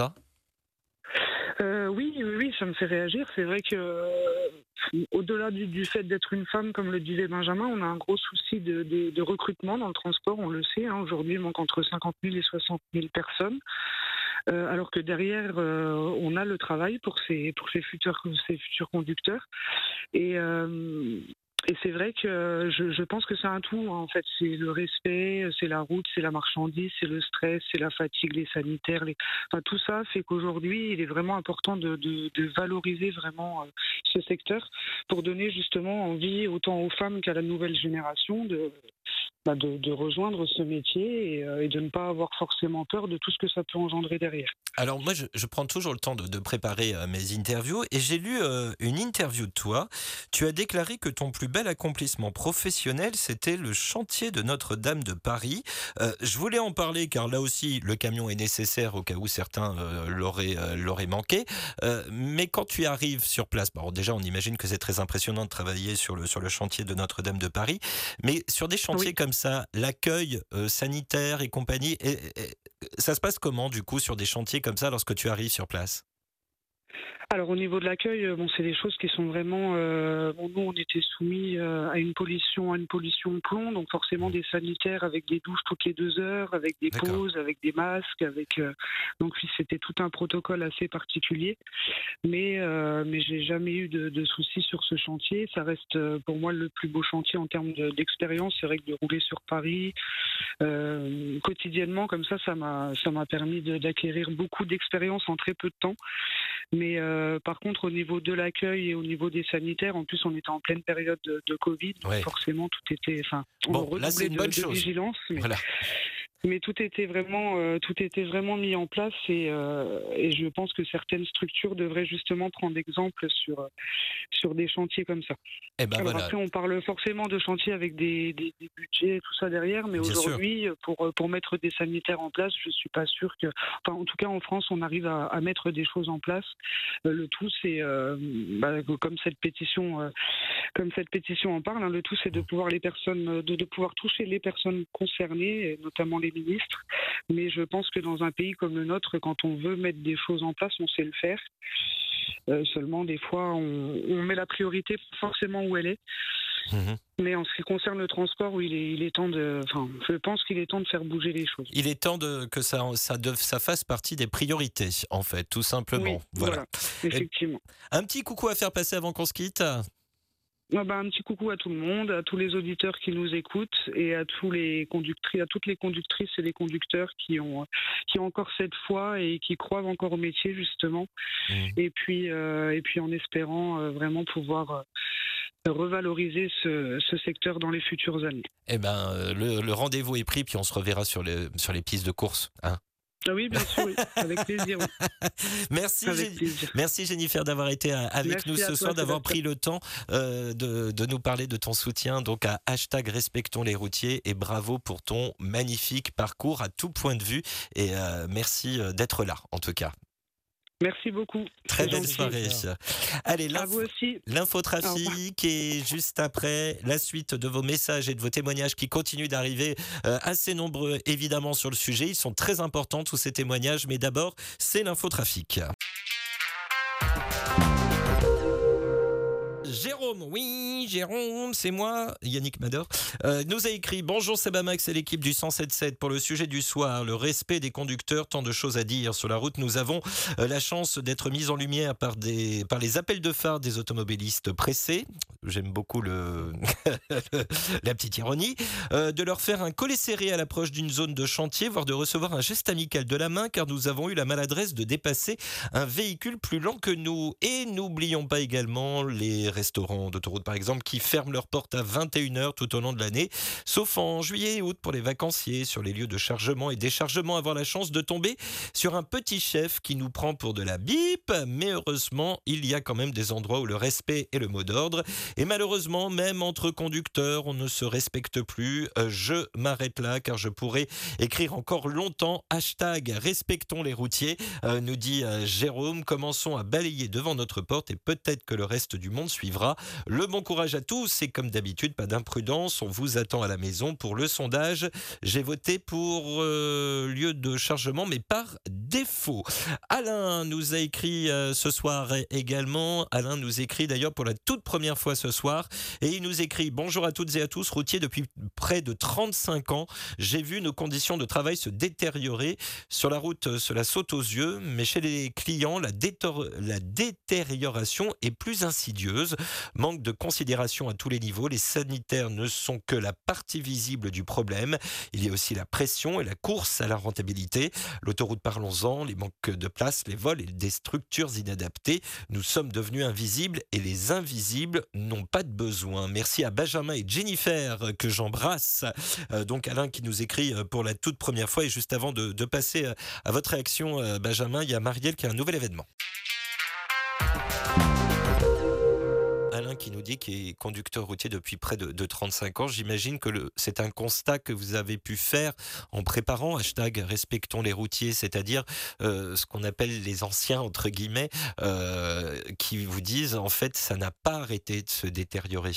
Euh, oui, oui, oui, ça me fait réagir. C'est vrai que, euh, au-delà du, du fait d'être une femme, comme le disait Benjamin, on a un gros souci de, de, de recrutement dans le transport, on le sait. Hein, aujourd'hui, il manque entre cinquante mille et soixante mille personnes. Euh, alors que derrière, euh, on a le travail pour ces, pour ces, futurs, ces futurs conducteurs. Et... Euh, Et c'est vrai que je, je pense que c'est un tout, hein. En fait. C'est le respect, c'est la route, c'est la marchandise, c'est le stress, c'est la fatigue, les sanitaires. Les... Enfin, tout ça fait qu'aujourd'hui, il est vraiment important de, de, de valoriser vraiment euh, ce secteur pour donner justement envie autant aux femmes qu'à la nouvelle génération de, bah, de, de rejoindre ce métier et, euh, et de ne pas avoir forcément peur de tout ce que ça peut engendrer derrière. Alors moi, je, je prends toujours le temps de, de préparer euh, mes interviews et j'ai lu euh, une interview de toi. Tu as déclaré que ton plus bel accomplissement professionnel, c'était le chantier de Notre-Dame de Paris. Euh, je voulais en parler car là aussi, le camion est nécessaire au cas où certains euh, l'auraient, euh, l'auraient manqué. Euh, mais quand tu arrives sur place, bon, déjà on imagine que c'est très impressionnant de travailler sur le, sur le chantier de Notre-Dame de Paris, mais sur des chantiers Oui. comme ça, l'accueil euh, sanitaire et compagnie, et, et, ça se passe comment du coup sur des chantiers comme ça lorsque tu arrives sur place ? Alors au niveau de l'accueil, euh, bon, c'est des choses qui sont vraiment. Euh, bon, nous, on était soumis euh, à une pollution, à une pollution plomb, donc forcément des sanitaires avec des douches toutes les deux heures, avec des D'accord. pauses, avec des masques, avec. Euh, donc oui, c'était tout un protocole assez particulier. Mais euh, mais j'ai jamais eu de, de soucis sur ce chantier. Ça reste euh, pour moi le plus beau chantier en termes de, d'expérience. C'est vrai que de rouler sur Paris euh, quotidiennement comme ça, ça m'a ça m'a permis de, d'acquérir beaucoup d'expérience en très peu de temps. Mais euh, par contre, au niveau de l'accueil et au niveau des sanitaires, en plus, on était en pleine période de, de Covid, donc Ouais. forcément, tout était. Enfin, on Bon, là, c'est redoublait une de, bonne de chose. vigilance, mais, Voilà. mais tout était vraiment, euh, tout était vraiment mis en place et, euh, et je pense que certaines structures devraient justement prendre exemple sur euh, sur des chantiers comme ça. Et ben Alors voilà. après, on parle forcément de chantiers avec des, des, des budgets et tout ça derrière, mais Bien sûr. aujourd'hui, pour, pour mettre des sanitaires en place, je suis pas sûr que... Enfin, en tout cas, en France, on arrive à, à mettre des choses en place. Euh, le tout, c'est, euh, bah, comme cette pétition, euh, comme cette pétition en parle, hein, le tout, c'est de pouvoir les personnes, de, de pouvoir toucher les personnes concernées, et notamment les ministres. Mais je pense que dans un pays comme le nôtre, quand on veut mettre des choses en place, on sait le faire. Euh, seulement, des fois, on, on met la priorité forcément où elle est. Mhm. Mais en ce qui concerne le transport, oui, il est, il est temps de. Enfin, je pense qu'il est temps de faire bouger les choses. Il est temps de, que ça, ça, de, ça fasse partie des priorités, en fait, tout simplement. Oui, voilà. voilà, effectivement. Un petit coucou à faire passer avant qu'on se quitte. Ah bah, un petit coucou à tout le monde, à tous les auditeurs qui nous écoutent et à tous les conductrices, à toutes les conductrices et les conducteurs qui ont, qui ont encore cette foi et qui croient encore au métier justement. Mmh. Et puis, euh, et puis en espérant euh, vraiment pouvoir euh, revaloriser ce, ce secteur dans les futures années. Eh ben, euh, le, le rendez-vous est pris, puis on se reverra sur, le, sur les pistes de course. Hein. Ah oui, bien sûr, oui. Avec plaisir. Oui. Merci, Avec Gé- plaisir. merci Jennifer d'avoir été euh, avec Merci nous à ce toi, soir, d'avoir Sébastien. pris le temps euh, de, de nous parler de ton soutien. Donc à hashtag respectons les routiers et bravo pour ton magnifique parcours à tout point de vue. Et euh, merci euh, d'être là, en tout cas. Merci beaucoup. Très C'est belle gentil. soirée. Allez, À l'info- vous aussi. l'infotrafic et juste après la suite de vos messages et de vos témoignages qui continuent d'arriver euh, assez nombreux évidemment sur le sujet. Ils sont très importants tous ces témoignages, mais d'abord c'est l'infotrafic. Jérôme, oui, Jérôme, c'est moi, Yannick Mador, euh, nous a écrit « Bonjour Sebamax et l'équipe du cent sept sept pour le sujet du soir, le respect des conducteurs, tant de choses à dire sur la route. Nous avons euh, la chance d'être mis en lumière par, des, par les appels de phare des automobilistes pressés. » J'aime beaucoup le, la petite ironie. Euh, de leur faire un collet serré à l'approche d'une zone de chantier, voire de recevoir un geste amical de la main, car nous avons eu la maladresse de dépasser un véhicule plus lent que nous. Et n'oublions pas également les restaurants d'autoroute, par exemple, qui ferment leurs portes à vingt et une heures tout au long de l'année, sauf en juillet et août pour les vacanciers, sur les lieux de chargement et déchargement, avoir la chance de tomber sur un petit chef qui nous prend pour de la bip, mais heureusement, il y a quand même des endroits où le respect est le mot d'ordre. Et malheureusement, même entre conducteurs, on ne se respecte plus. Euh, je m'arrête là car je pourrais écrire encore longtemps. Hashtag respectons les routiers, euh, nous dit euh, Jérôme. Commençons à balayer devant notre porte et peut-être que le reste du monde suivra. Le bon courage à tous et comme d'habitude, pas d'imprudence. On vous attend à la maison pour le sondage. J'ai voté pour euh, lieu de chargement, mais par défaut. Alain nous a écrit euh, ce soir également. Alain nous écrit d'ailleurs pour la toute première fois ce soir et il nous écrit « Bonjour à toutes et à tous, routier depuis près de trente-cinq ans. J'ai vu nos conditions de travail se détériorer. Sur la route, cela saute aux yeux, mais chez les clients, la, détor- la détérioration est plus insidieuse. Manque de considération à tous les niveaux. Les sanitaires ne sont que la partie visible du problème. Il y a aussi la pression et la course à la rentabilité. L'autoroute, parlons-en. ans, les manques de place, les vols et des structures inadaptées. Nous sommes devenus invisibles et les invisibles n'ont pas de besoin. Merci à Benjamin et Jennifer que j'embrasse. Euh, donc Alain qui nous écrit pour la toute première fois. Et juste avant de, de passer à votre réaction, euh, Benjamin, il y a Marielle qui a un nouvel événement. Alain qui nous dit qu'il est conducteur routier depuis près de, de trente-cinq ans. J'imagine que le, c'est un constat que vous avez pu faire en préparant hashtag respectons les routiers, c'est-à-dire euh, ce qu'on appelle les anciens entre guillemets, euh, qui vous disent en fait ça n'a pas arrêté de se détériorer.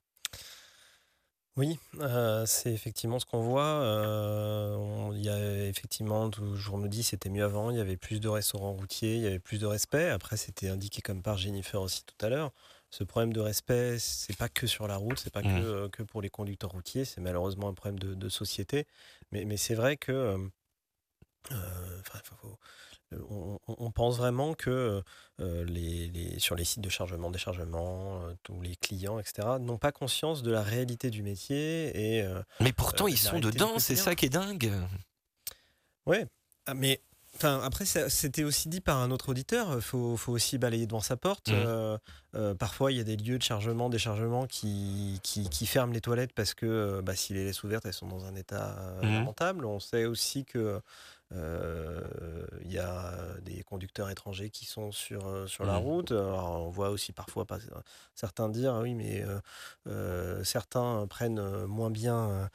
Oui, euh, c'est effectivement ce qu'on voit. Euh, on- Il y a effectivement, toujours on nous dit c'était mieux avant, il y avait plus de restaurants routiers, il y avait plus de respect. Après, c'était indiqué comme par Jennifer aussi tout à l'heure. Ce problème de respect, c'est pas que sur la route, c'est pas Mmh. que, euh, que pour les conducteurs routiers, c'est malheureusement un problème de, de société. Mais, mais c'est vrai que euh, euh, enfin, faut- faut- euh, on, on- on pense vraiment que euh, les, les- sur les sites de chargement, déchargement, euh, tous les clients, et cetera, n'ont pas conscience de la réalité du métier et euh, Mais pourtant Euh, ils la sont réalité du dedans, c'est quotidien. ça qui est dingue. ouais. Ah, mais enfin, après, ça- c'était aussi dit par un autre auditeur. Il faut, faut aussi balayer devant sa porte. Mhm. Euh, euh, parfois, il y a des lieux de chargement, déchargement qui, qui, qui ferment les toilettes parce que euh, bah, s'ils les laissent ouvertes, elles sont dans un état euh, Mhm. lamentable. On sait aussi que euh, il y a des conducteurs étrangers qui sont sur, euh, sur la Mhm. route. Alors, on voit aussi parfois pas- certains dire ah oui, mais euh, euh, certains prennent euh, moins bien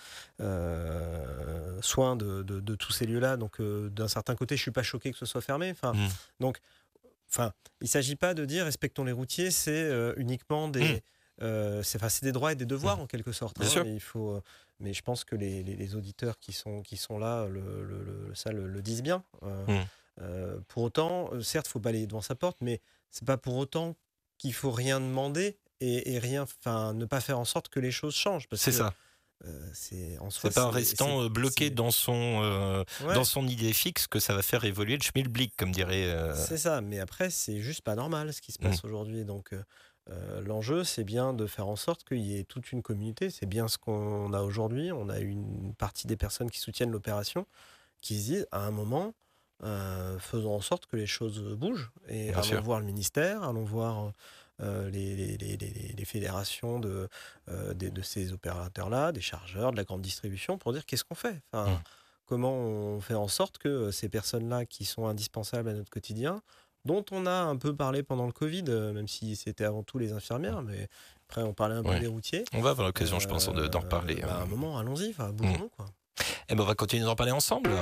euh, soin de, de- de tous ces lieux-là. Donc, euh, d'un certain côté, je suis pas choqué que ce soit fermé. Enfin, Mhm. donc, enfin, il s'agit pas de dire respectons les routiers, c'est euh, uniquement des, Mhm. euh, c'est, enfin, c'est des droits et des devoirs Mhm. en quelque sorte. Bien hein, sûr. mais il faut, euh, mais je pense que les, les- les auditeurs qui sont qui sont là, le, le- le- ça le, le disent bien. Euh, Mhm. euh, pour autant, euh, certes, faut balayer devant sa porte, mais c'est pas pour autant qu'il faut rien demander et, et rien, enfin, ne pas faire en sorte que les choses changent. Parce C'est que, ça. euh, c'est en soi, C'est pas en c'est- restant c'est- euh, bloqué c'est- dans son euh, Ouais. dans son idée fixe que ça va faire évoluer le schmilblick, comme dirait. euh, C'est ça, mais après, c'est juste pas normal ce qui se passe aujourd'hui. Donc, euh, euh, l'enjeu, c'est bien de faire en sorte qu'il y ait toute une communauté. C'est bien ce qu'on a aujourd'hui. On a une partie des personnes qui soutiennent l'opération qui se disent à un moment, euh, faisons en sorte que les choses bougent. Et Bien allons sûr. voir le ministère, allons voir euh, les, les- les- les- les fédérations de, euh, des- de ces opérateurs-là, des chargeurs, de la grande distribution, pour dire qu'est-ce qu'on fait. Enfin, Mm. Comment on fait en sorte que ces personnes-là qui sont indispensables à notre quotidien, dont on a un peu parlé pendant le Covid, euh, même si c'était avant tout les infirmières, mais après on parlait un peu Ouais. des routiers. On va avoir l'occasion, je pense, de- d'en Euh, reparler. bah, à hein. un moment, allons-y, enfin, bougeons-nous, quoi. Eh ben, on va continuer d'en parler ensemble.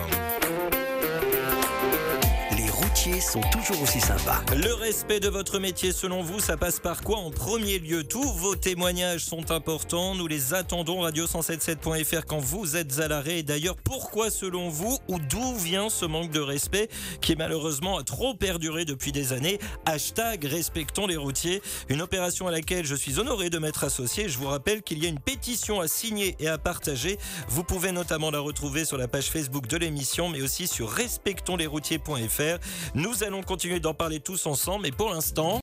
Les routiers sont toujours aussi sympas. Le respect de votre métier, selon vous, ça passe par quoi en premier lieu? Tous vos témoignages sont importants. Nous les attendons, radio cent soixante-sept point f r quand vous êtes à l'arrêt. Et d'ailleurs, pourquoi, selon vous, ou d'où vient ce manque de respect qui est malheureusement trop perduré depuis des années? Hashtag respectons les routiers. Une opération à laquelle je suis honoré de m'être associé. Je vous rappelle qu'il y a une pétition à signer et à partager. Vous pouvez notamment la retrouver sur la page Facebook de l'émission, mais aussi sur respectons les routiers point f r. Nous allons continuer d'en parler tous ensemble, mais pour l'instant...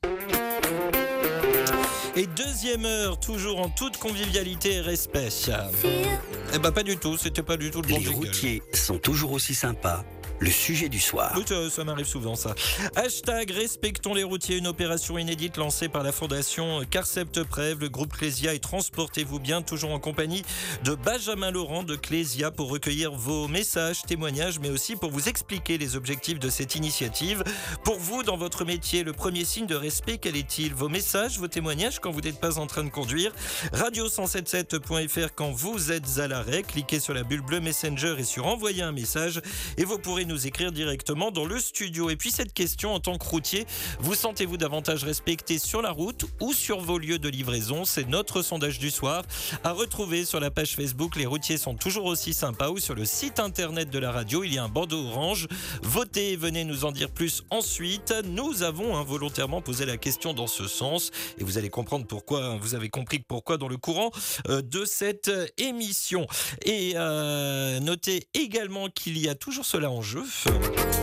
Et deuxième heure, toujours en toute convivialité et respect. Eh ben pas du tout, c'était pas du tout le bon Les jingle. routiers sont toujours aussi sympas. Le sujet du soir. Oui, ça, ça m'arrive souvent ça. Hashtag respectons les routiers, une opération inédite lancée par la fondation Carcept Prèves, le groupe Clésia et Transportez-vous bien, toujours en compagnie de Benjamin Laurent de Clésia pour recueillir vos messages, témoignages, mais aussi pour vous expliquer les objectifs de cette initiative. Pour vous, dans votre métier, le premier signe de respect, quel est-il? Vos messages, vos témoignages quand vous n'êtes pas en train de conduire. radio cent soixante-sept point f r quand vous êtes à l'arrêt. Cliquez sur la bulle bleue Messenger et sur envoyer un message et vous pourrez nous écrire directement dans le studio. Et puis cette question, en tant que routier, vous sentez-vous davantage respecté sur la route ou sur vos lieux de livraison? C'est notre sondage du soir à retrouver sur la page Facebook Les routiers sont toujours aussi sympas ou sur le site internet de la radio. Il y a un bandeau orange. Votez, venez nous en dire plus ensuite. Nous avons involontairement posé la question dans ce sens et vous allez comprendre pourquoi, vous avez compris pourquoi dans le courant euh, de cette émission. Et euh, notez également qu'il y a toujours cela en jeu.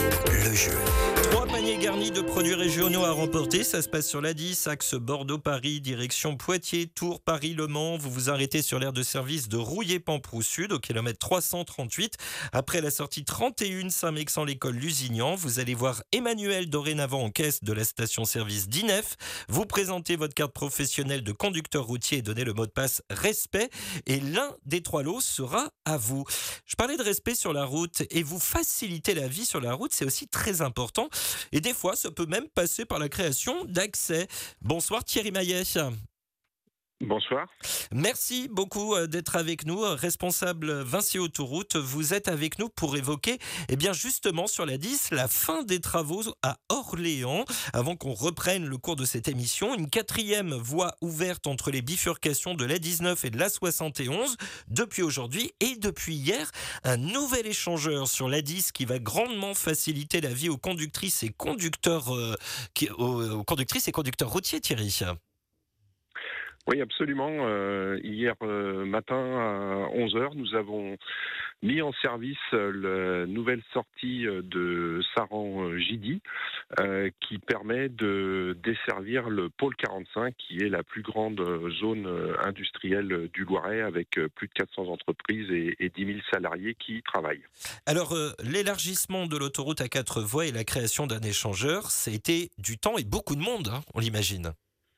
le jeu. Trois paniers garnis de produits régionaux à remporter. Ça se passe sur l'A dix, axe Bordeaux-Paris, direction Poitiers, Tours, Paris-Le Mans. Vous vous arrêtez sur l'aire de service de Rouillé-Pamproux Sud, au kilomètre trois cent trente-huit. Après la sortie trente et un Saint-Mexan-l'École Lusignan, vous allez voir Emmanuel dorénavant en caisse de la station-service d'I N E F. Vous présentez votre carte professionnelle de conducteur routier et donnez le mot de passe respect. Et l'un des trois lots sera à vous. Je parlais de respect sur la route et vous faciliter la vie sur la route, c'est aussi très important. Et des fois, ça peut même passer par la création d'accès. Bonsoir Thierry Maillet. Bonsoir. Merci beaucoup d'être avec nous, responsable Vinci Autoroute. Vous êtes avec nous pour évoquer, eh bien justement sur l'A dix, la fin des travaux à Orléans. Avant qu'on reprenne le cours de cette émission, une quatrième voie ouverte entre les bifurcations de l'A dix-neuf et de l'A soixante et onze depuis aujourd'hui et depuis hier. Un nouvel échangeur sur l'A dix qui va grandement faciliter la vie aux conductrices et conducteurs, euh, qui, aux, aux conductrices et conducteurs routiers, Thierry. Oui, absolument. Euh, hier euh, matin à onze heures, nous avons mis en service la nouvelle sortie de Saran-Gidy euh, qui permet de desservir le pôle quarante-cinq qui est la plus grande zone industrielle du Loiret avec plus de quatre cents entreprises et, et dix mille salariés qui y travaillent. Alors, euh, l'élargissement de l'autoroute à quatre voies et la création d'un échangeur, ça a été du temps et beaucoup de monde, hein, on l'imagine.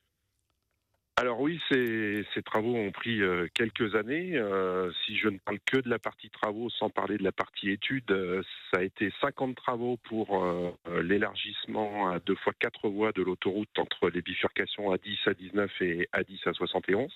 Alors oui, ces, ces travaux ont pris euh, quelques années. Euh, si je ne parle que de la partie travaux, sans parler de la partie études, euh, ça a été cinquante travaux pour euh, l'élargissement à deux fois quatre voies de l'autoroute entre les bifurcations A dix à dix-neuf et A dix à soixante et onze.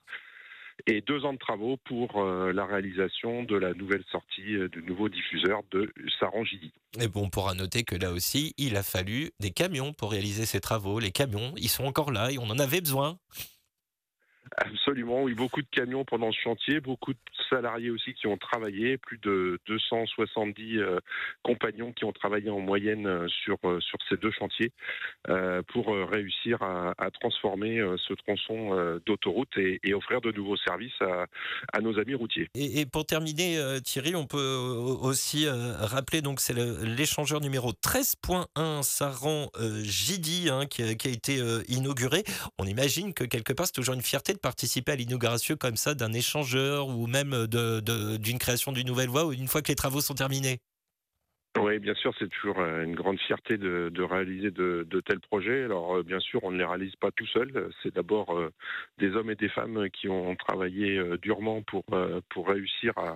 Et deux ans de travaux pour euh, la réalisation de la nouvelle sortie euh, du nouveau diffuseur de Saran-Gidy. Et bon, on pourra noter que là aussi, il a fallu des camions pour réaliser ces travaux. Les camions, ils sont encore là et on en avait besoin. Absolument, oui, beaucoup de camions pendant ce chantier, beaucoup de salariés aussi qui ont travaillé, plus de deux cent soixante-dix euh, compagnons qui ont travaillé en moyenne euh, sur, euh, sur ces deux chantiers euh, pour euh, réussir à, à transformer euh, ce tronçon euh, d'autoroute et, et offrir de nouveaux services à, à nos amis routiers. Et, et pour terminer, euh, Thierry, on peut aussi euh, rappeler, donc c'est le, l'échangeur numéro treize point un Saran-Gidy hein, qui, qui a été euh, inauguré. On imagine que quelque part c'est toujours une fierté de participer à l'inauguration comme ça d'un échangeur ou même de, de, d'une création d'une nouvelle voie une fois que les travaux sont terminés. Oui, bien sûr, c'est toujours une grande fierté de, de réaliser de, de tels projets. Alors, bien sûr, on ne les réalise pas tout seul. C'est d'abord euh, des hommes et des femmes qui ont travaillé euh, durement pour, euh, pour réussir à,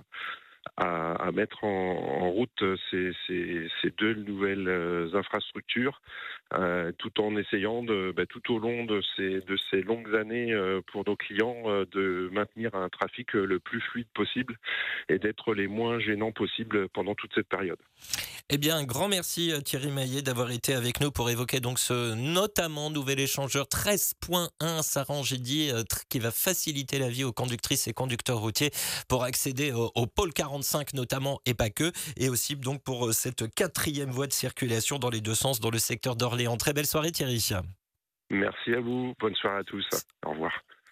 à, à mettre en, en route ces, ces, ces deux nouvelles euh, infrastructures, euh, tout en essayant, de, bah, tout au long de ces, de ces longues années euh, pour nos clients, euh, de maintenir un trafic le plus fluide possible et d'être les moins gênants possibles pendant toute cette période. Eh bien, un grand merci Thierry Maillet d'avoir été avec nous pour évoquer donc ce notamment nouvel échangeur treize point un Saran-Gidy euh, qui va faciliter la vie aux conductrices et conducteurs routiers pour accéder au, au pôle quarante-cinq notamment et pas que, et aussi donc pour cette quatrième voie de circulation dans les deux sens dans le secteur d'Orléans. Très belle soirée Thierry. Merci à vous, bonne soirée à tous, au revoir.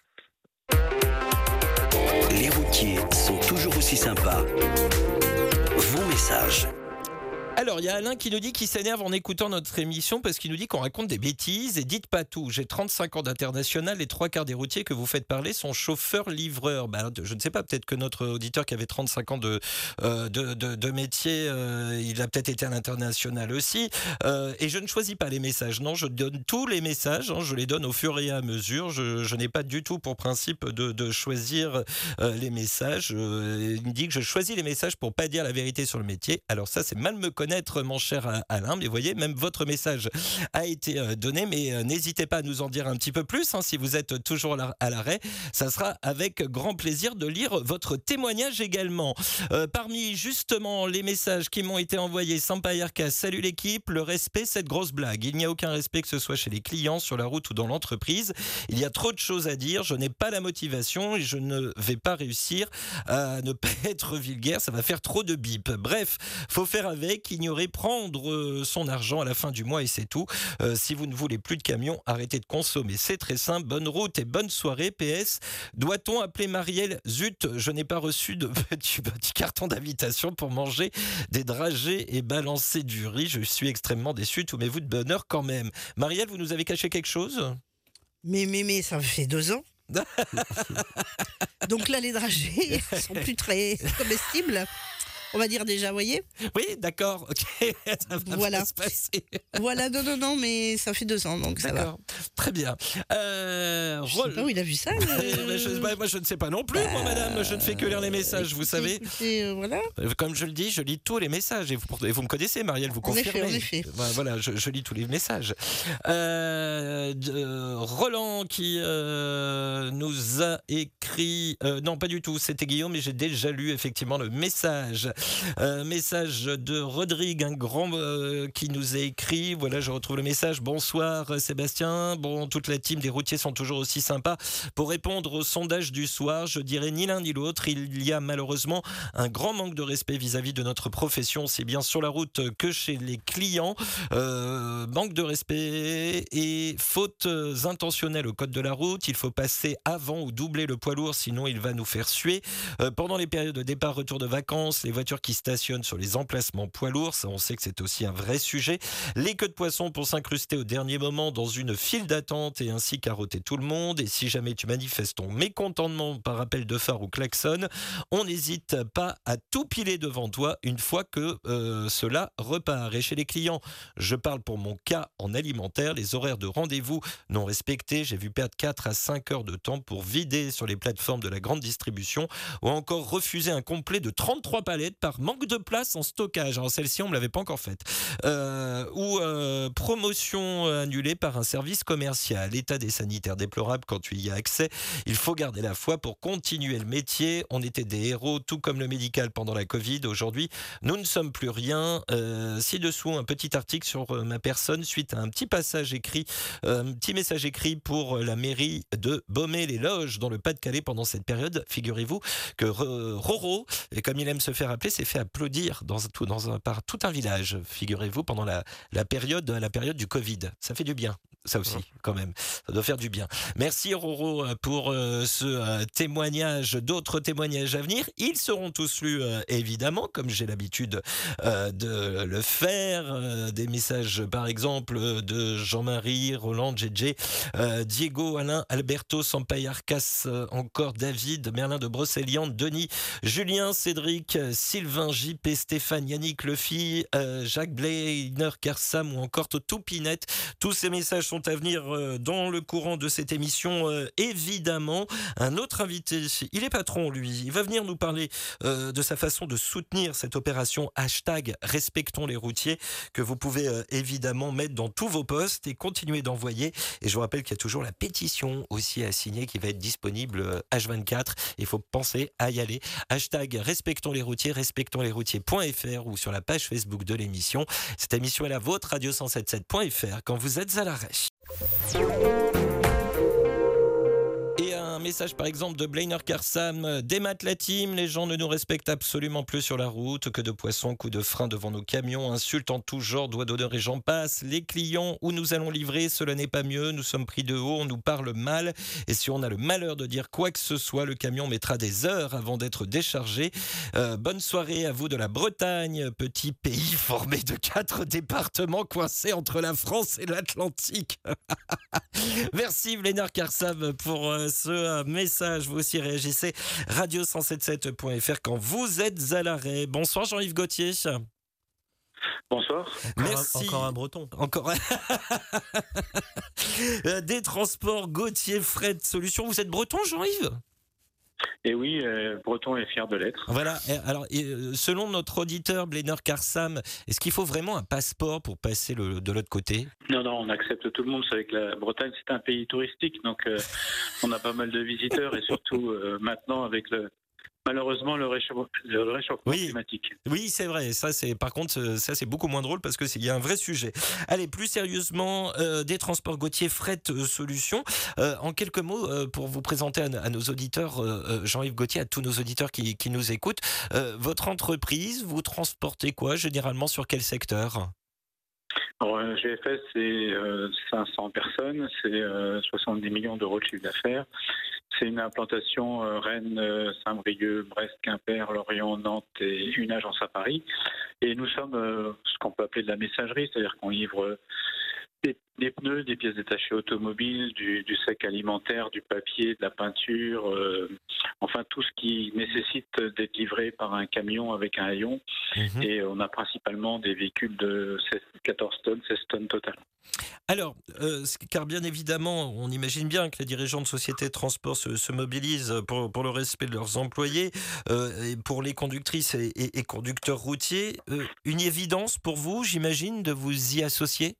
Les routiers sont toujours aussi sympas. Vos messages. Alors, il y a Alain qui nous dit qu'il s'énerve en écoutant notre émission parce qu'il nous dit qu'on raconte des bêtises et dites pas tout. J'ai trente-cinq ans d'international, les trois quarts des routiers que vous faites parler sont chauffeurs-livreurs. Ben, je ne sais pas, peut-être que notre auditeur qui avait trente-cinq ans de, euh, de, de, de métier, euh, il a peut-être été à l'international aussi. Euh, et je ne choisis pas les messages, non, je donne tous les messages, hein, je les donne au fur et à mesure. Je, je n'ai pas du tout pour principe de, de choisir euh, les messages. Euh, il me dit que je choisis les messages pour pas dire la vérité sur le métier. Alors ça, c'est mal me connaître. Mon cher Alain, mais vous voyez, même votre message a été donné, mais n'hésitez pas à nous en dire un petit peu plus, hein, si vous êtes toujours à l'arrêt, ça sera avec grand plaisir de lire votre témoignage également. Euh, parmi justement les messages qui m'ont été envoyés, Sampayarka, salut l'équipe, le respect, cette grosse blague, il n'y a aucun respect que ce soit chez les clients, sur la route ou dans l'entreprise, il y a trop de choses à dire, je n'ai pas la motivation et je ne vais pas réussir à ne pas être vulgaire, ça va faire trop de bip. Bref, faut faire avec. ignorer, prendre euh, son argent à la fin du mois et c'est tout. Euh, si vous ne voulez plus de camions, arrêtez de consommer. C'est très simple. Bonne route et bonne soirée. P S. Doit-on appeler Marielle ? Zut, je n'ai pas reçu de petit, petit carton d'invitation pour manger des dragées et balancer du riz. Je suis extrêmement déçu. Tous mes vœux de bonheur quand même. Marielle, vous nous avez caché quelque chose ? Mais, mais, mais, ça fait deux ans. Donc là, les dragées sont plus très comestibles. On va dire déjà, vous voyez ? Oui, d'accord, ok, ça va voilà. bien se passer. Voilà, non, non, non, mais ça fait deux ans, donc ça va. D'accord, très bien. Euh, je ne sais pas où il a vu ça. Le... je, bah, moi, je ne sais pas non plus, bah, moi, madame. Je ne fais que lire les messages, écoutez, vous savez. Écoutez, euh, voilà. Comme je le dis, je lis tous les messages. Et vous, et vous me connaissez, Marielle, vous confirmez. En effet, en effet. Voilà, je, je lis tous les messages. Euh, de, Roland qui euh, nous a écrit... Euh, non, pas du tout, c'était Guillaume, mais j'ai déjà lu effectivement le message. Euh, message de Rodrigue, un grand euh, qui nous a écrit. Voilà, je retrouve le message. Bonsoir Sébastien. Bon, toute la team des routiers sont toujours aussi sympas. Pour répondre au sondage du soir, je dirais ni l'un ni l'autre. Il y a malheureusement un grand manque de respect vis-à-vis de notre profession, aussi bien sur la route que chez les clients. Euh, manque de respect et fautes intentionnelles au code de la route. Il faut passer avant ou doubler le poids lourd, sinon il va nous faire suer. Euh, pendant les périodes de départ, retour de vacances, les voitures qui stationnent sur les emplacements poids lourds, ça on sait que c'est aussi un vrai sujet. Les queues de poissons pour s'incruster au dernier moment dans une file d'attente et ainsi carotter tout le monde. Et si jamais tu manifestes ton mécontentement par appel de phare ou klaxon, on n'hésite pas à tout piler devant toi une fois que euh, cela repart. Et chez les clients, je parle pour mon cas en alimentaire, les horaires de rendez-vous non respectés. J'ai vu perdre quatre à cinq heures de temps pour vider sur les plateformes de la grande distribution ou encore refuser un complet de trente-trois palettes par manque de place en stockage. Alors celle-ci, on ne me l'avait pas encore faite. Euh, ou euh, promotion annulée par un service commercial. L'état des sanitaires déplorable quand tu y as accès. Il faut garder la foi pour continuer le métier. On était des héros, tout comme le médical pendant la Covid. Aujourd'hui, nous ne sommes plus rien. Euh, ci-dessous, un petit article sur ma personne suite à un petit passage écrit, euh, un petit message écrit pour la mairie de Beaumais-les-Loges dans le Pas-de-Calais pendant cette période. Figurez-vous que Roro, et comme il aime se faire appeler, s'est fait applaudir dans tout, dans un, par tout un village, figurez-vous, pendant la, la, période, la période du Covid. Ça fait du bien, ça aussi, quand même. Ça doit faire du bien. Merci Roro pour euh, ce euh, témoignage. D'autres témoignages à venir. Ils seront tous lus, euh, évidemment, comme j'ai l'habitude euh, de le faire. Euh, des messages, par exemple, de Jean-Marie, Roland, J J, euh, Diego, Alain, Alberto, Sampaï, Arcas, euh, encore David, Merlin de Brocéliande, Denis, Julien, Cédric, Sylvain, J P, Stéphane, Yannick, Lefi, euh, Jacques Blainer, Kersam ou encore Toto Pinette. Tous ces messages sont à venir euh, dans le courant de cette émission. Euh, évidemment, un autre invité, il est patron lui, il va venir nous parler euh, de sa façon de soutenir cette opération hashtag Respectons les routiers que vous pouvez euh, évidemment mettre dans tous vos posts et continuer d'envoyer. Et je vous rappelle qu'il y a toujours la pétition aussi à signer qui va être disponible euh, H vingt-quatre. Il faut penser à y aller. Hashtag Respectons les routiers, respectons les routiers.fr ou sur la page Facebook de l'émission. Cette émission est la vôtre, radio cent soixante-sept point f r, quand vous êtes à l'arrêt. Et un message par exemple de Blainer Karsam, démat la team, les gens ne nous respectent absolument plus sur la route, que de poissons, coups de frein devant nos camions, insultes en tout genre, doigts d'odeur et j'en passe. Les clients où nous allons livrer, cela n'est pas mieux, nous sommes pris de haut, on nous parle mal et si on a le malheur de dire quoi que ce soit, le camion mettra des heures avant d'être déchargé. Euh, bonne soirée à vous de la Bretagne, petit pays formé de quatre départements coincés entre la France et l'Atlantique. Merci Blainer Karsam pour euh, ce message. Vous aussi réagissez. radio cent soixante-sept point f r quand vous êtes à l'arrêt. Bonsoir Jean-Yves Gauthier. Bonsoir. Merci. Encore un, encore un breton. Encore un... Des transports Gauthier Fret Solutions. Vous êtes breton Jean-Yves ? Et oui, euh, breton est fier de l'être. Voilà. Alors, selon notre auditeur Blainer Karsam, est-ce qu'il faut vraiment un passeport pour passer le, de l'autre côté ? Non, non, on accepte tout le monde. Vous savez que la Bretagne, c'est un pays touristique, donc euh, on a pas mal de visiteurs et surtout euh, maintenant avec le, Malheureusement, le réchauffement, le réchauffement Oui. climatique. Oui, c'est vrai. Ça, c'est par contre, euh, ça c'est beaucoup moins drôle parce que c'est il y a un vrai sujet. Allez, plus sérieusement, euh, des transports Gauthier Fret euh, Solutions. Euh, en quelques mots, euh, pour vous présenter à, à nos auditeurs, euh, euh, Jean-Yves Gauthier, à tous nos auditeurs qui, qui nous écoutent, euh, votre entreprise, vous transportez quoi généralement sur quel secteur? Alors, euh, G F S, c'est euh, cinq cents personnes, c'est euh, soixante-dix millions d'euros de chiffre d'affaires. C'est une implantation euh, Rennes, euh, Saint-Brieuc, Brest, Quimper, Lorient, Nantes et une agence à Paris. Et nous sommes euh, ce qu'on peut appeler de la messagerie, c'est-à-dire qu'on livre euh, des, des pneus, des pièces détachées automobiles, du, du sec alimentaire, du papier, de la peinture, euh, enfin tout ce qui nécessite d'être livré par un camion avec un haillon. Mhm. Et on a principalement des véhicules de seize, quatorze tonnes, seize tonnes total. Alors, euh, car bien évidemment, on imagine bien que les dirigeants de sociétés de transport se, se mobilisent pour, pour le respect de leurs employés, euh, et pour les conductrices et, et- et conducteurs routiers. Euh, une évidence pour vous, j'imagine, de vous y associer?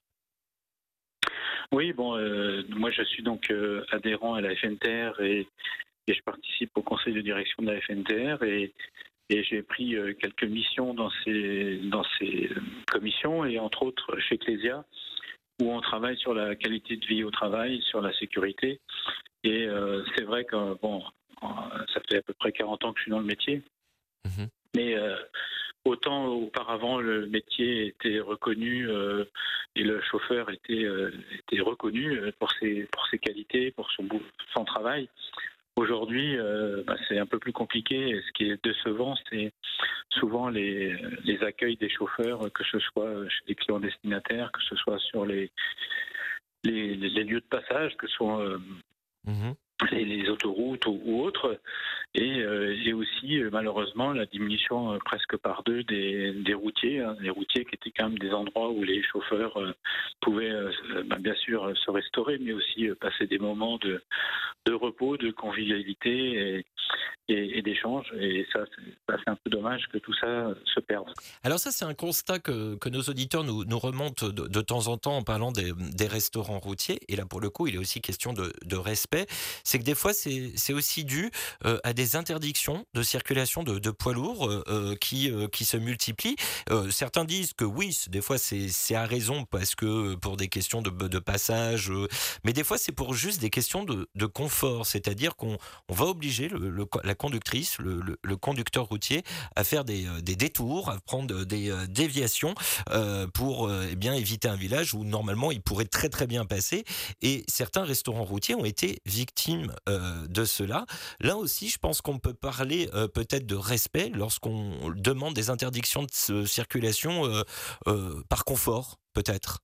Oui, bon, euh, moi je suis donc euh, adhérent à la F N T R et, et je participe au conseil de direction de la F N T R et, et j'ai pris euh, quelques missions dans ces, dans ces euh, commissions et entre autres chez Clésia où on travaille sur la qualité de vie au travail, sur la sécurité et euh, c'est vrai que bon, euh, ça fait à peu près quarante ans que je suis dans le métier, Mhm. mais euh, autant auparavant le métier était reconnu euh, et le chauffeur était, euh, était reconnu euh, pour ses, pour ses qualités, pour son, bou- son travail. Aujourd'hui, euh, bah, c'est un peu plus compliqué. Et ce qui est décevant, c'est souvent les, les accueils des chauffeurs, que ce soit chez les clients destinataires, que ce soit sur les, les, les lieux de passage, que ce soit euh, Mhm. les, les autoroutes ou, ou autres, et, euh, et aussi euh, malheureusement la diminution euh, presque par deux des, des routiers, hein, les routiers qui étaient quand même des endroits où les chauffeurs euh, pouvaient euh, bah, bien sûr euh, se restaurer, mais aussi euh, passer des moments de, de repos, de convivialité et, et, et d'échange. Et ça, c'est, ça, c'est un peu dommage que tout ça se perde. Alors ça, c'est un constat que, que nos auditeurs nous, nous remontent de, de temps en temps en parlant des, des restaurants routiers. Et là, pour le coup, il est aussi question de, de respect. C'est que des fois, c'est, c'est aussi dû euh, à des interdictions de circulation de, de poids lourds euh, euh, qui, euh, qui se multiplient. Euh, certains disent que oui, c'est- des fois, c'est, c'est à raison parce que pour des questions de, de passage, euh, mais des fois, c'est pour juste des questions de, de confort. C'est-à-dire qu'on on va obliger le, le- la conductrice, le, le- le conducteur routier à faire des, euh, des détours, à prendre des euh, déviations euh, pour euh, eh bien éviter un village où normalement il pourrait très très bien passer. Et certains restaurants routiers ont été victimes euh, de cela. Là aussi, je pense qu'on peut parler euh, peut-être de respect lorsqu'on demande des interdictions de ce- circulation euh, euh, par confort, peut-être.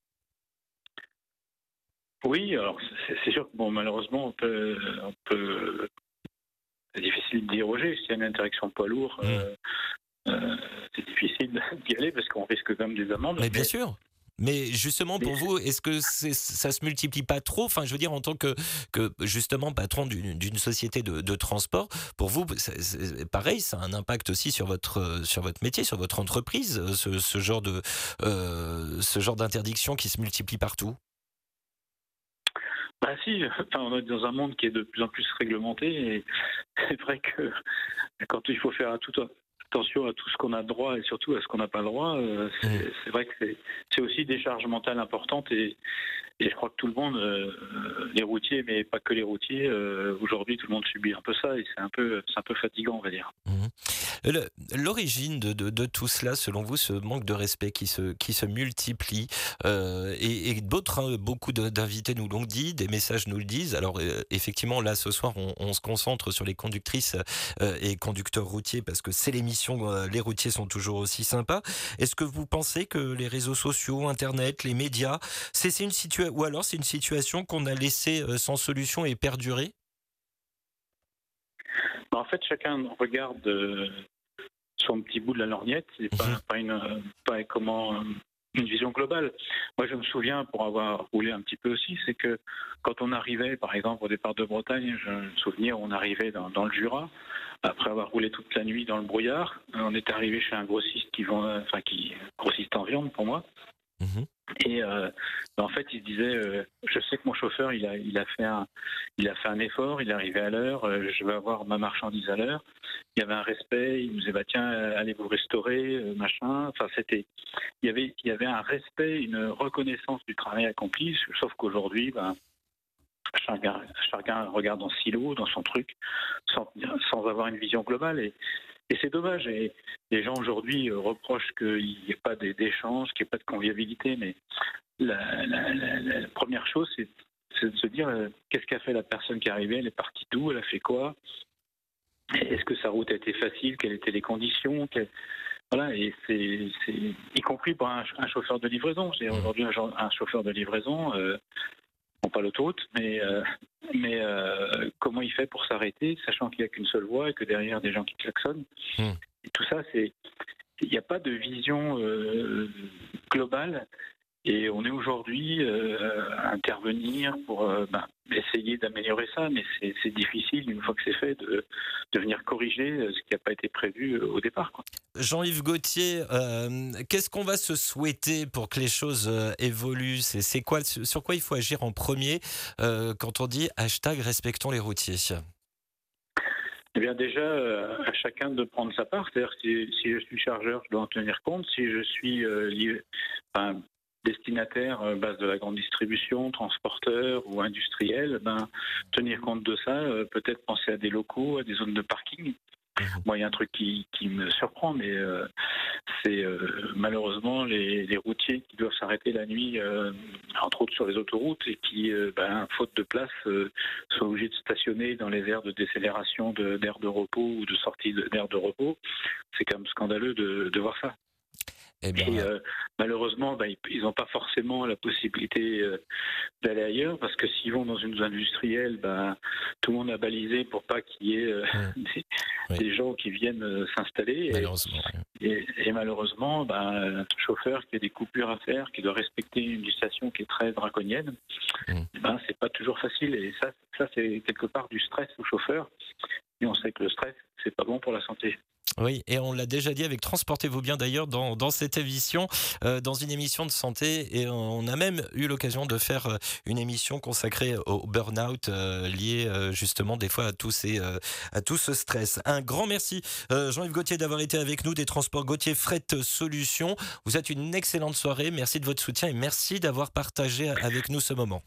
Oui, alors c'est, c'est sûr que bon, malheureusement, on peut, on peut, c'est difficile d'y déroger. S'il y a une interaction poids lourd, Mmh. euh, euh, c'est difficile d'y aller parce qu'on risque quand même des amendes. Mais bien sûr. Mais justement, pour Mais- vous, est-ce que c'est, ça se multiplie pas trop? Enfin, je veux dire, en tant que, que justement patron d'une, d'une société de, de transport, pour vous, c'est, c'est pareil, ça a un impact aussi sur votre, euh, sur votre métier, sur votre entreprise, euh, ce, ce genre de, euh, ce genre d'interdiction qui se multiplie partout. Bah si, enfin, on est dans un monde qui est de plus en plus réglementé et c'est vrai que quand il faut faire à tout, attention à tout ce qu'on a droit et surtout à ce qu'on n'a pas le droit, euh, c'est, Mmh. c'est vrai que c'est, c'est aussi des charges mentales importantes et, et je crois que tout le monde, euh, les routiers, mais pas que les routiers, euh, aujourd'hui tout le monde subit un peu ça et c'est un peu, c'est un peu fatigant, on va dire. Mmh. Le- l'origine de, de- de tout cela, selon vous, ce manque de respect qui se, qui se multiplie, euh, et, et d'autres, hein, beaucoup de- d'invités nous l'ont dit, des messages nous le disent. Alors euh, effectivement, là ce soir, on, on se concentre sur les conductrices euh, et conducteurs routiers parce que c'est l'émission, euh, les routiers sont toujours aussi sympas. Est-ce que vous pensez que les réseaux sociaux, Internet, les médias, c'est, c'est une situation, ou alors c'est une situation qu'on a laissée euh, sans solution et perdurer? Bah, en fait, chacun regarde euh, son petit bout de la lorgnette et pas, Mhm. pas, une, euh, pas comment, euh, une vision globale. Moi, je me souviens, pour avoir roulé un petit peu aussi, c'est que quand on arrivait, par exemple, au départ de Bretagne, j'ai un souvenir, on arrivait dans, dans le Jura, après avoir roulé toute la nuit dans le brouillard, on est arrivé chez un grossiste qui vend, enfin, qui grossiste en viande pour moi. Mmh. Et euh, en fait, il se disait, euh, je sais que mon chauffeur, il a, il a fait un, il a fait un effort, il est arrivé à l'heure, euh, je vais avoir ma marchandise à l'heure. Il y avait un respect, il nous disait, bah, tiens, allez vous restaurer, euh, machin. Enfin, c'était, il y avait, il y avait un respect, une reconnaissance du travail accompli. Sauf qu'aujourd'hui, ben, chacun, chacun regarde en silo, dans son truc, sans, sans avoir une vision globale. Et, Et c'est dommage. Et les gens aujourd'hui euh, reprochent qu'il n'y ait pas d'échange, qu'il n'y ait pas de convivialité. Mais la, la, la, la première chose, c'est, c'est de se dire euh, qu'est-ce qu'a fait la personne qui est arrivée, elle est partie d'où, elle a fait quoi, est-ce que sa route a été facile, quelles étaient les conditions, quelles... Voilà, et c'est, c'est y compris pour un, un chauffeur de livraison. C'est aujourd'hui un, un chauffeur de livraison. Euh, Bon, pas l'autoroute, mais, euh, mais euh, comment il fait pour s'arrêter, sachant qu'il n'y a qu'une seule voie et que derrière des gens qui klaxonnent. Mmh. Et tout ça, c'est, il n'y a pas de vision euh, globale. Et on est aujourd'hui euh, à intervenir pour euh, ben, essayer d'améliorer ça, mais c'est, c'est difficile, une fois que c'est fait, de, de venir corriger ce qui n'a pas été prévu au départ, quoi. Jean-Yves Gauthier, euh, qu'est-ce qu'on va se souhaiter pour que les choses euh, évoluent ? c'est, c'est quoi, sur quoi il faut agir en premier euh, quand on dit hashtag respectons les routiers ? Eh bien déjà, euh, à chacun de prendre sa part. C'est-à-dire que si, si je suis chargeur, je dois en tenir compte. Si je suis euh, lié, enfin, destinataire, euh, base de la grande distribution, transporteur ou industriel, ben, tenir compte de ça, euh, peut-être penser à des locaux, à des zones de parking. Moi, il y a un truc qui, qui me surprend, mais euh, c'est euh, malheureusement les, les routiers qui doivent s'arrêter la nuit, euh, entre autres sur les autoroutes, et qui, euh, ben, faute de place, euh, sont obligés de stationner dans les aires de décélération de, d'aires de repos ou de sortie de, d'aires de repos. C'est quand même scandaleux de, de voir ça. Eh bien... Et euh, malheureusement, ben, ils n'ont pas forcément la possibilité euh, d'aller ailleurs, parce que s'ils vont dans une zone industrielle, ben, tout le monde a balisé pour pas qu'il y ait euh, mmh. des, oui. des gens qui viennent euh, s'installer. Malheureusement. Et, et, et malheureusement, ben, un chauffeur qui a des coupures à faire, qui doit respecter une législation qui est très draconienne, mmh. ben, c'est pas toujours facile. Et ça, ça, c'est quelque part du stress au chauffeur. Et on sait que le stress, c'est pas bon pour la santé. Oui, et on l'a déjà dit avec Transportez-vous bien d'ailleurs dans, dans cette émission, euh, dans une émission de santé, et on a même eu l'occasion de faire une émission consacrée au burn-out euh, lié euh, justement des fois à tout, ces, euh, à tout ce stress. Un grand merci euh, Jean-Yves Gauthier d'avoir été avec nous des Transports Gauthier Fret Solutions. Vous êtes une excellente soirée, merci de votre soutien et merci d'avoir partagé avec nous ce moment.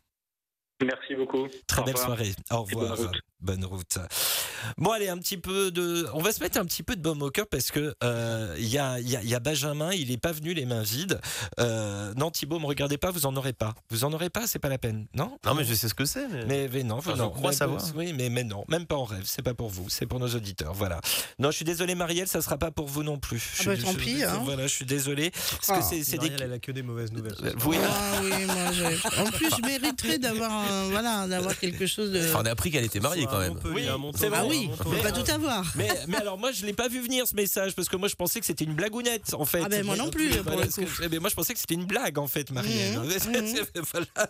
Merci beaucoup. Très Au belle revoir. soirée. Au revoir. Bonne route. Bonne route. Bon, allez, un petit peu de. On va se mettre un petit peu de baume au cœur parce que il euh, y, a, y, a, y a Benjamin, il n'est pas venu les mains vides. Euh, non, Thibaut, me regardez pas, vous en aurez pas. Vous en aurez pas, c'est pas la peine, non ? Non, mais je sais ce que c'est. Mais, mais, mais non, enfin, non, je crois mais, savoir. Oui, mais, mais non, même pas en rêve. C'est pas pour vous, c'est pour nos auditeurs. Voilà. Non, je suis désolé, Marielle, ça sera pas pour vous non plus. Ah bah, je, tant je, pis. Je, hein. Voilà, je suis désolé. Parce ah, que c'est, c'est Marielle, des... elle a que des mauvaises nouvelles. Oui. Ah oui, moi, j'ai... En plus, je mériterais d'avoir, un, voilà, d'avoir quelque chose de. Enfin, on a appris qu'elle était mariée quand même. Oui, c'est vrai. Ah oui, on peut mais, pas tout avoir. Mais, mais alors moi je l'ai pas vu venir ce message parce que moi je pensais que c'était une blagounette en fait. Ah ben moi non plus. Pour voilà, le coup. Que, mais moi je pensais que c'était une blague en fait, Marielle. Mmh, mmh. Voilà.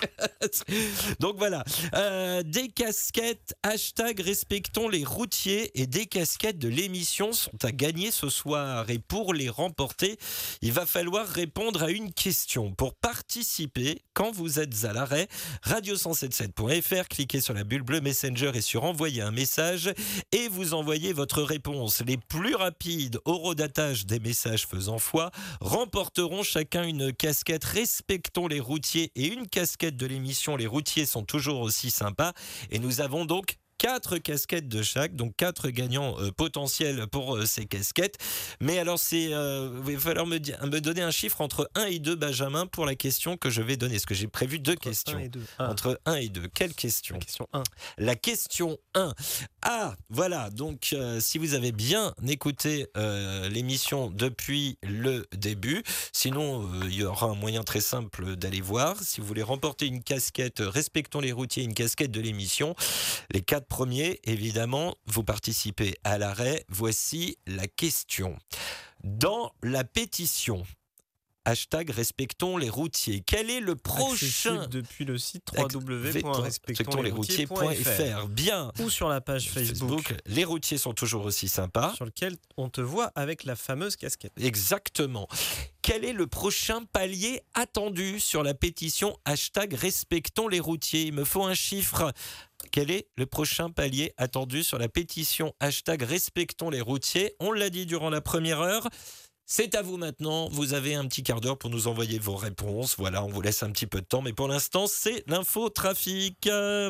Donc voilà, euh, des casquettes hashtag respectons les routiers et des casquettes de l'émission sont à gagner ce soir et pour les remporter, il va falloir répondre à une question. Pour participer, quand vous êtes à l'arrêt, radio cent soixante-sept point f r, cliquez sur la bulle bleue Messenger et sur envoyer un message et vous envoyez votre réponse. Les plus rapides au rodatage des messages faisant foi remporteront chacun une casquette respectons les routiers et une casquette de l'émission Les routiers sont toujours aussi sympas et nous avons donc quatre casquettes de chaque, donc quatre gagnants euh, potentiels pour euh, ces casquettes. Mais alors, c'est, euh, il va falloir me, dire, me donner un chiffre entre un et deux, Benjamin, pour la question que je vais donner. Parce que j'ai prévu deux entre questions. un et deux. Ah. Entre un et deux. Quelle question ? La question un. La question un. Ah, voilà. Donc, euh, si vous avez bien écouté euh, l'émission depuis le début, sinon, euh, il y aura un moyen très simple d'aller voir. Si vous voulez remporter une casquette Respectons les routiers, une casquette de l'émission, les quatre premiers, évidemment, vous participez à l'arrêt. Voici la question. Dans la pétition hashtag respectons les routiers. Quel est le prochain Accessible depuis le site w w w point respectons les routiers point f r. Bien. Ou sur la page Facebook. Facebook. Les routiers sont toujours aussi sympas. Sur lequel on te voit avec la fameuse casquette. Exactement. Quel est le prochain palier attendu sur la pétition hashtag respectons les routiers? Il me faut un chiffre. Quel est le prochain palier attendu sur la pétition hashtag respectons les routiers? On l'a dit durant la première heure. C'est à vous maintenant, vous avez un petit quart d'heure pour nous envoyer vos réponses. Voilà, on vous laisse un petit peu de temps, mais pour l'instant, c'est l'info trafic.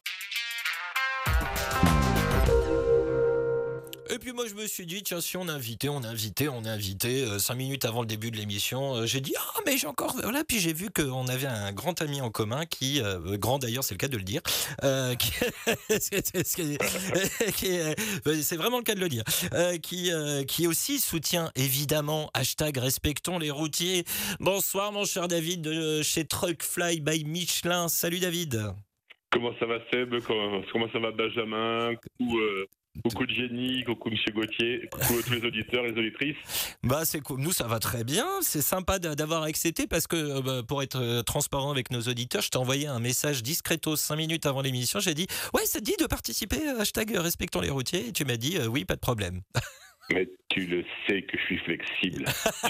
Et puis moi je me suis dit, tiens, si on invitait, on invitait, on invitait, euh, cinq minutes avant le début de l'émission, euh, j'ai dit, ah mais j'ai encore, voilà, puis j'ai vu qu'on avait un grand ami en commun qui, euh, grand d'ailleurs c'est le cas de le dire, euh, qui, qui, euh, c'est vraiment le cas de le dire, euh, qui, euh, qui aussi soutient évidemment hashtag respectons les routiers. Bonsoir mon cher David de chez Truckfly by Michelin, salut David. Comment ça va Seb? Comment, comment ça va Benjamin? Coucou, euh, coucou de Jenny, coucou Michel Gauthier, coucou à tous les auditeurs et les auditrices. Bah c'est cool, nous ça va très bien, c'est sympa d'avoir accepté parce que bah, pour être transparent avec nos auditeurs, je t'ai envoyé un message discretos cinq minutes avant l'émission, j'ai dit ouais ça te dit de participer à hashtag respectons les routiers et tu m'as dit euh, oui pas de problème. Mais tu le sais que je suis flexible.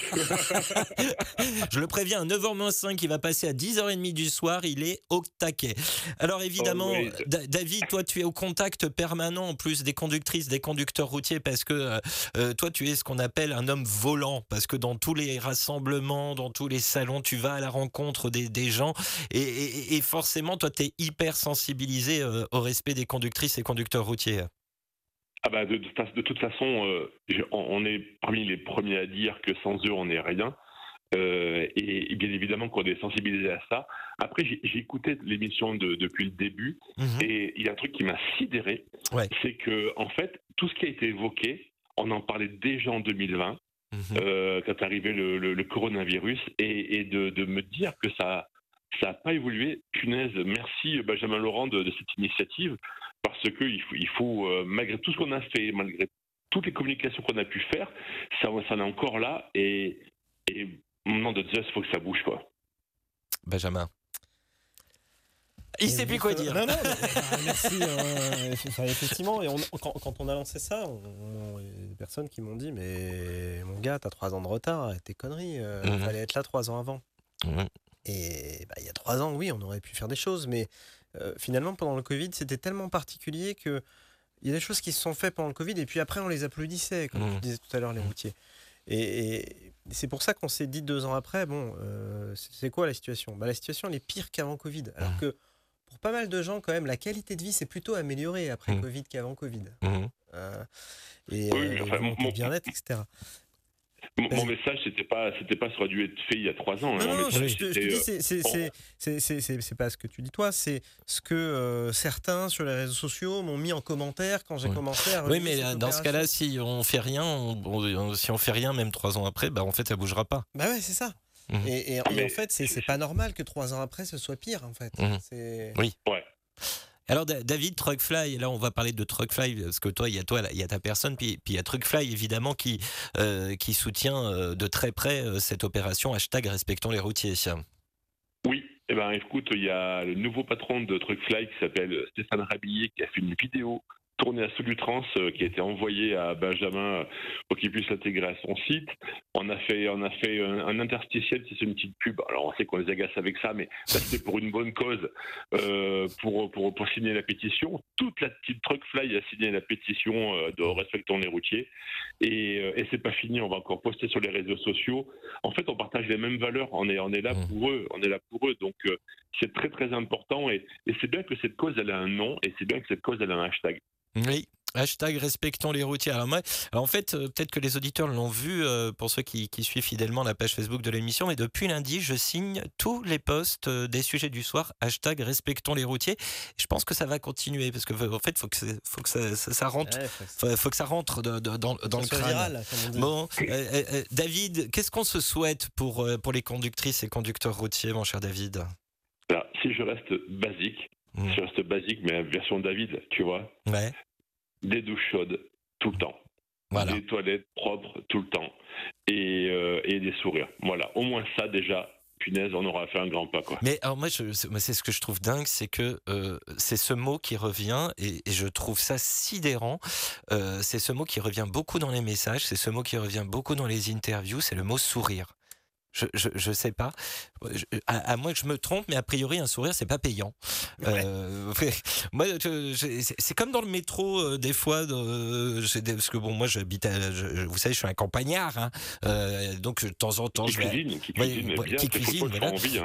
Je le préviens, à neuf heures moins cinq, il va passer à dix heures trente du soir, il est au taquet. Alors évidemment, oh, oui. D- David, toi tu es au contact permanent en plus des conductrices, des conducteurs routiers parce que euh, toi tu es ce qu'on appelle un homme volant, parce que dans tous les rassemblements, dans tous les salons, tu vas à la rencontre des, des gens et, et, et forcément toi tu es hyper sensibilisé euh, au respect des conductrices et conducteurs routiers. Ah bah de, de, de toute façon, euh, on est parmi les premiers à dire que sans eux, on n'est rien. Euh, et, et bien évidemment qu'on est sensibilisé à ça. Après, j'ai, j'ai écouté l'émission de, depuis le début, mmh. et il y a un truc qui m'a sidéré, ouais. c'est que en fait, tout ce qui a été évoqué, on en parlait déjà en deux mille vingt, mmh. euh, quand arrivait le, le, le coronavirus, et, et de, de me dire que ça ça n'a pas évolué. Punaise, merci Benjamin Laurent de, de cette initiative, parce qu'il faut, il faut euh, malgré tout ce qu'on a fait, malgré toutes les communications qu'on a pu faire, ça, ça en est encore là, et, et nom de Zeus, il faut que ça bouge, quoi. Benjamin. Il ne sait plus quoi dire. Non, non, bah, merci. Euh, effectivement, et on, quand, quand on a lancé ça, on, il y a des personnes qui m'ont dit, mais mon gars, t'as trois ans de retard, arrête tes conneries, euh, il mmh. fallait être là trois ans avant. Mmh. Et bah, il y a trois ans, oui, on aurait pu faire des choses, mais euh, finalement, pendant le Covid, c'était tellement particulier que il y a des choses qui se sont faites pendant le Covid, et puis après, on les applaudissait, comme mmh. tu disais tout à l'heure, les routiers. Et, et c'est pour ça qu'on s'est dit deux ans après, bon, euh, c'est quoi la situation? Bah, la situation, elle est pire qu'avant Covid. Alors mmh. que pour pas mal de gens, quand même, la qualité de vie s'est plutôt améliorée après mmh. Covid qu'avant Covid. Mmh. Euh, et oui, euh, enfin, mon, mon bien-être, et cetera. Mon, mon message, c'était pas, c'était pas, ça aurait dû être fait il y a trois ans. Non, hein. non, mon je, message, je, je te dis, c'est, c'est, bon. c'est, c'est, c'est, c'est, c'est pas ce que tu dis toi, c'est ce que euh, certains sur les réseaux sociaux m'ont mis en commentaire quand j'ai oui. commencé à. Oui, mais dans ce cas-là, si on fait rien, on, on, si on fait rien, même trois ans après, bah en fait, ça bougera pas. Bah ouais, c'est ça. Mmh. Et, et, et en fait, c'est, c'est pas normal que trois ans après, ce soit pire, en fait. Mmh. C'est... Oui. Ouais. Alors David, Truckfly, là on va parler de Truckfly parce que toi il y a toi il y a ta personne, puis puis il y a Truckfly évidemment qui euh, qui soutient euh, de très près euh, cette opération hashtag respectons les routiers. Oui, eh ben écoute, il y a le nouveau patron de Truckfly qui s'appelle Stéphane Rabillet qui a fait une vidéo tournée à Solutrans euh, qui a été envoyée à Benjamin euh, pour qu'il puisse l'intégrer à son site. On a fait, on a fait un, un interstitiel, c'est une petite pub. Alors on sait qu'on les agace avec ça, mais ça c'était pour une bonne cause, euh, pour, pour, pour signer la pétition. Toute la petite Truckfly a signé la pétition euh, de Respectons les routiers. Et, euh, et c'est pas fini, on va encore poster sur les réseaux sociaux. En fait, on partage les mêmes valeurs, on est, on est là pour eux, on est là pour eux. Donc euh, c'est très très important et, et c'est bien que cette cause elle a un nom et c'est bien que cette cause elle a un hashtag. Oui, hashtag respectons les routiers. Alors moi, alors en fait, euh, peut-être que les auditeurs l'ont vu, euh, pour ceux qui, qui suivent fidèlement la page Facebook de l'émission, mais depuis lundi, je signe tous les posts euh, des sujets du soir, hashtag respectons les routiers. Je pense que ça va continuer, parce que en fait, il faut que, faut que ça, ça, ça rentre, ouais, faut, faut que ça rentre de, de, dans, dans le crâne. Viral, bon, euh, euh, David, qu'est-ce qu'on se souhaite pour, euh, pour les conductrices et conducteurs routiers, mon cher David? Alors, si je reste basique, mmh. si je reste basique, mais version David, tu vois. Ouais. Des douches chaudes, tout le temps. Voilà. des toilettes propres tout le temps et, euh, et des sourires. Voilà, au moins ça déjà, punaise, on aura fait un grand pas, quoi. Mais alors moi, je, c'est, moi, c'est ce que je trouve dingue, c'est que euh, c'est ce mot qui revient et, et je trouve ça sidérant. Euh, c'est ce mot qui revient beaucoup dans les messages, c'est ce mot qui revient beaucoup dans les interviews, c'est le mot sourire. Je, je, je sais pas, je, à, à moins que je me trompe, mais a priori un sourire c'est pas payant. Ouais. Euh, moi, je, je, c'est, c'est comme dans le métro euh, des fois, euh, j'ai des- parce que bon, moi j'habite, à, je, vous savez, je suis un campagnard, hein, euh, donc de temps en temps Qui je vais. cuisine, qui Ouais, cuisine ouais, bien, qui c'est faut cuisine, pas voilà. envie,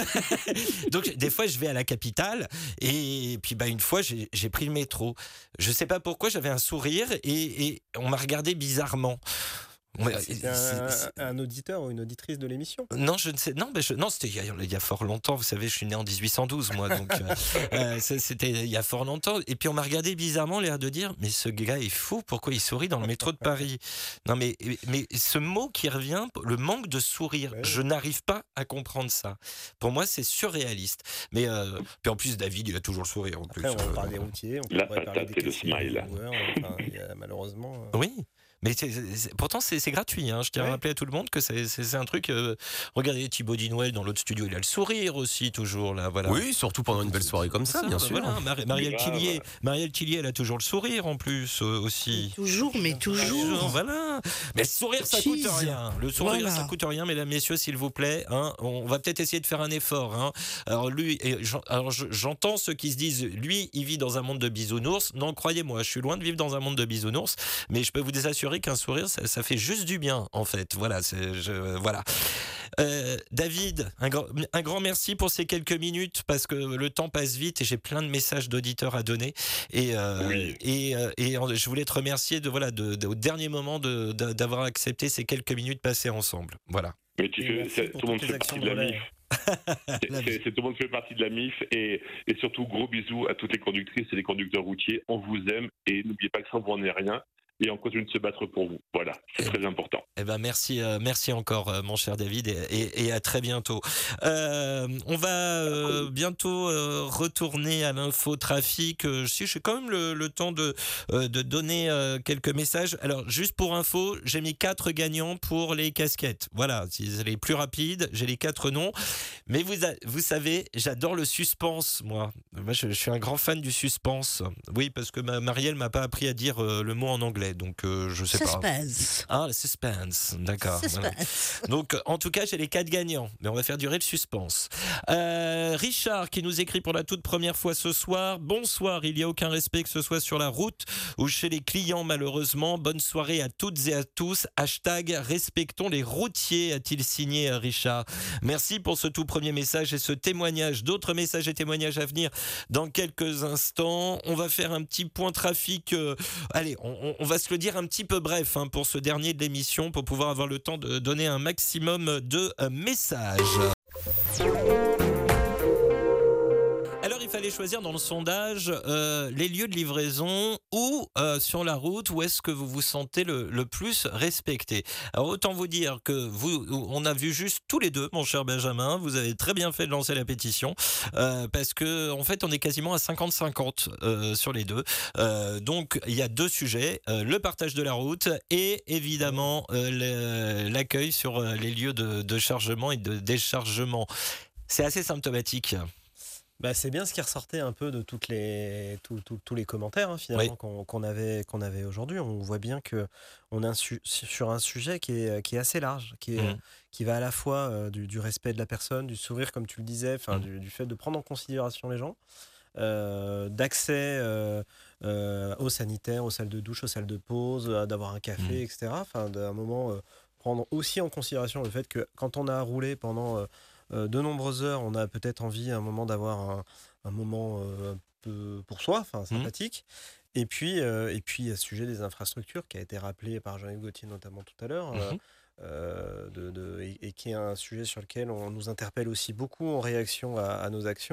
hein. Donc des fois je vais à la capitale et puis bah une fois j'ai, j'ai pris le métro. Je sais pas pourquoi j'avais un sourire et, et on m'a regardé bizarrement. Ouais, C'était un, un auditeur ou une auditrice de l'émission. Non, je ne sais. Non, mais je, non, c'était il y, a, il y a fort longtemps. Vous savez, je suis né en dix-huit cent douze, moi, donc euh, euh, c'était il y a fort longtemps. Et puis on m'a regardé bizarrement, l'air de dire, mais ce gars est fou. Pourquoi il sourit dans le métro de Paris? Non, mais mais ce mot qui revient, le manque de sourire, Ouais. je n'arrive pas à comprendre ça. Pour moi, c'est surréaliste. Mais euh, puis en plus, David, il a toujours le sourire. En plus, Après, on euh, parle des routiers, on La pourrait parler patate des et le caissiers, des smile. loueurs, enfin, il y a malheureusement. euh, Oui. Mais c'est, c'est- pourtant, c'est, c'est gratuit. Hein. Je tiens à Ouais. rappeler à tout le monde que c'est, c'est, c'est un truc. euh, regardez Thibaut Dinouel dans l'autre studio, il a le sourire aussi, toujours. Là, voilà. Oui, surtout pendant une belle soirée comme ça, Ça, bien bah, sûr. Voilà. Mar- Marielle Grave. Tillier, Marielle Tillier, elle a toujours le sourire en plus euh, aussi. Toujours, mais Toujours, toujours. voilà. Mais le sourire, ça coûte Cheese. rien. Le sourire, Voilà. ça coûte rien, mesdames, messieurs, s'il vous plaît. Hein, on va peut-être essayer de faire un effort. Hein. Alors lui, et j'en- alors je- j'entends ceux qui se disent, lui, il vit dans un monde de bisounours. Non, croyez-moi, je suis loin de vivre dans un monde de bisounours, mais je peux vous assurer qu'un sourire, ça, ça fait juste du bien, en fait. Voilà, c'est, je, voilà. Euh, David, un grand, un grand merci pour ces quelques minutes parce que le temps passe vite et j'ai plein de messages d'auditeurs à donner. Et, euh, Oui. et, euh, et en- je voulais te remercier de, voilà, de, de- au dernier moment de, de- d'avoir accepté ces quelques minutes passées ensemble. Voilà. Mais tu Et sais, merci c'est- pour tout le monde toutes tes fait partie actions de la de M I relais. F. C'est- La vie. c'est- c'est- tout le monde fait partie de la M I F et, et surtout gros bisous à toutes les conductrices et les conducteurs routiers. On vous aime et n'oubliez pas que sans vous on n'est rien et on continue de se battre pour vous. Voilà, c'est très important. Eh ben merci, euh, merci encore, euh, mon cher David, et, et- et à très bientôt. Euh, on va euh, bientôt euh, retourner à l'info trafic. Euh, si j'ai quand même le, le temps de, euh, de donner euh, quelques messages. Alors, juste pour info, j'ai mis quatre gagnants pour les casquettes. Voilà, si c'est les plus rapides, j'ai les quatre noms. Mais vous, a- vous savez, j'adore le suspense, moi. Moi, je, je suis un grand fan du suspense. Oui, parce que ma, Marielle m'a pas appris à dire euh, le mot en anglais, donc euh, je sais pas. Suspense. Ah, le suspense, d'accord. Voilà. Suspense. Donc, en tout cas, j'ai les quatre gagnants, mais on va faire durer le suspense. Euh, Richard, qui nous écrit pour la toute première fois ce soir. Bonsoir, il n'y a aucun respect que ce soit sur la route ou chez les clients, malheureusement. Bonne soirée à toutes et à tous. Hashtag respectons les routiers, a-t-il signé euh, Richard. Merci pour ce tout premier message et ce témoignage. D'autres messages et témoignages à venir dans quelques instants. On va faire un petit point trafic. euh, allez, on, on- on va se le dire un petit peu bref hein, pour ce dernier de l'émission, pour pouvoir avoir le temps de donner un maximum de euh, messages. Alors, il fallait choisir dans le sondage euh, les lieux de livraison ou euh, sur la route où est-ce que vous vous sentez le, le plus respecté. Alors, autant vous dire que vous, on a vu juste tous les deux, mon cher Benjamin. Vous avez très bien fait de lancer la pétition euh, parce que en fait, on est quasiment à cinquante cinquante euh, sur les deux. Euh, donc, il y a deux sujets euh, le partage de la route et évidemment euh, le- l'accueil sur euh, les lieux de, de chargement et de déchargement. C'est assez symptomatique. Bah, c'est bien ce qui ressortait un peu de toutes les, tout- tout- tous les commentaires hein, finalement Oui. qu'on, qu'on avait, qu'on avait aujourd'hui. On voit bien que on est un su- sur un sujet qui est, qui est assez large, qui, est, Mhm. qui va à la fois euh, du, du respect de la personne, du sourire comme tu le disais, enfin, Mhm. du, du fait de prendre en considération les gens, euh, d'accès euh, euh, aux sanitaires, aux salles de douche, aux salles de pause, euh, d'avoir un café, Mhm. et cetera. Enfin, d'un moment euh, prendre aussi en considération le fait que quand on a roulé pendant euh, euh, de nombreuses heures, on a peut-être envie à un moment d'avoir un, un moment euh, un peu pour soi, enfin sympathique. Et puis, euh, et puis, à ce sujet des infrastructures qui a été rappelé par Jean-Yves Gauthier notamment tout à l'heure, euh, Mhm. euh, de, de- et, et qui est un sujet sur lequel on nous interpelle aussi beaucoup en réaction à, à nos actions.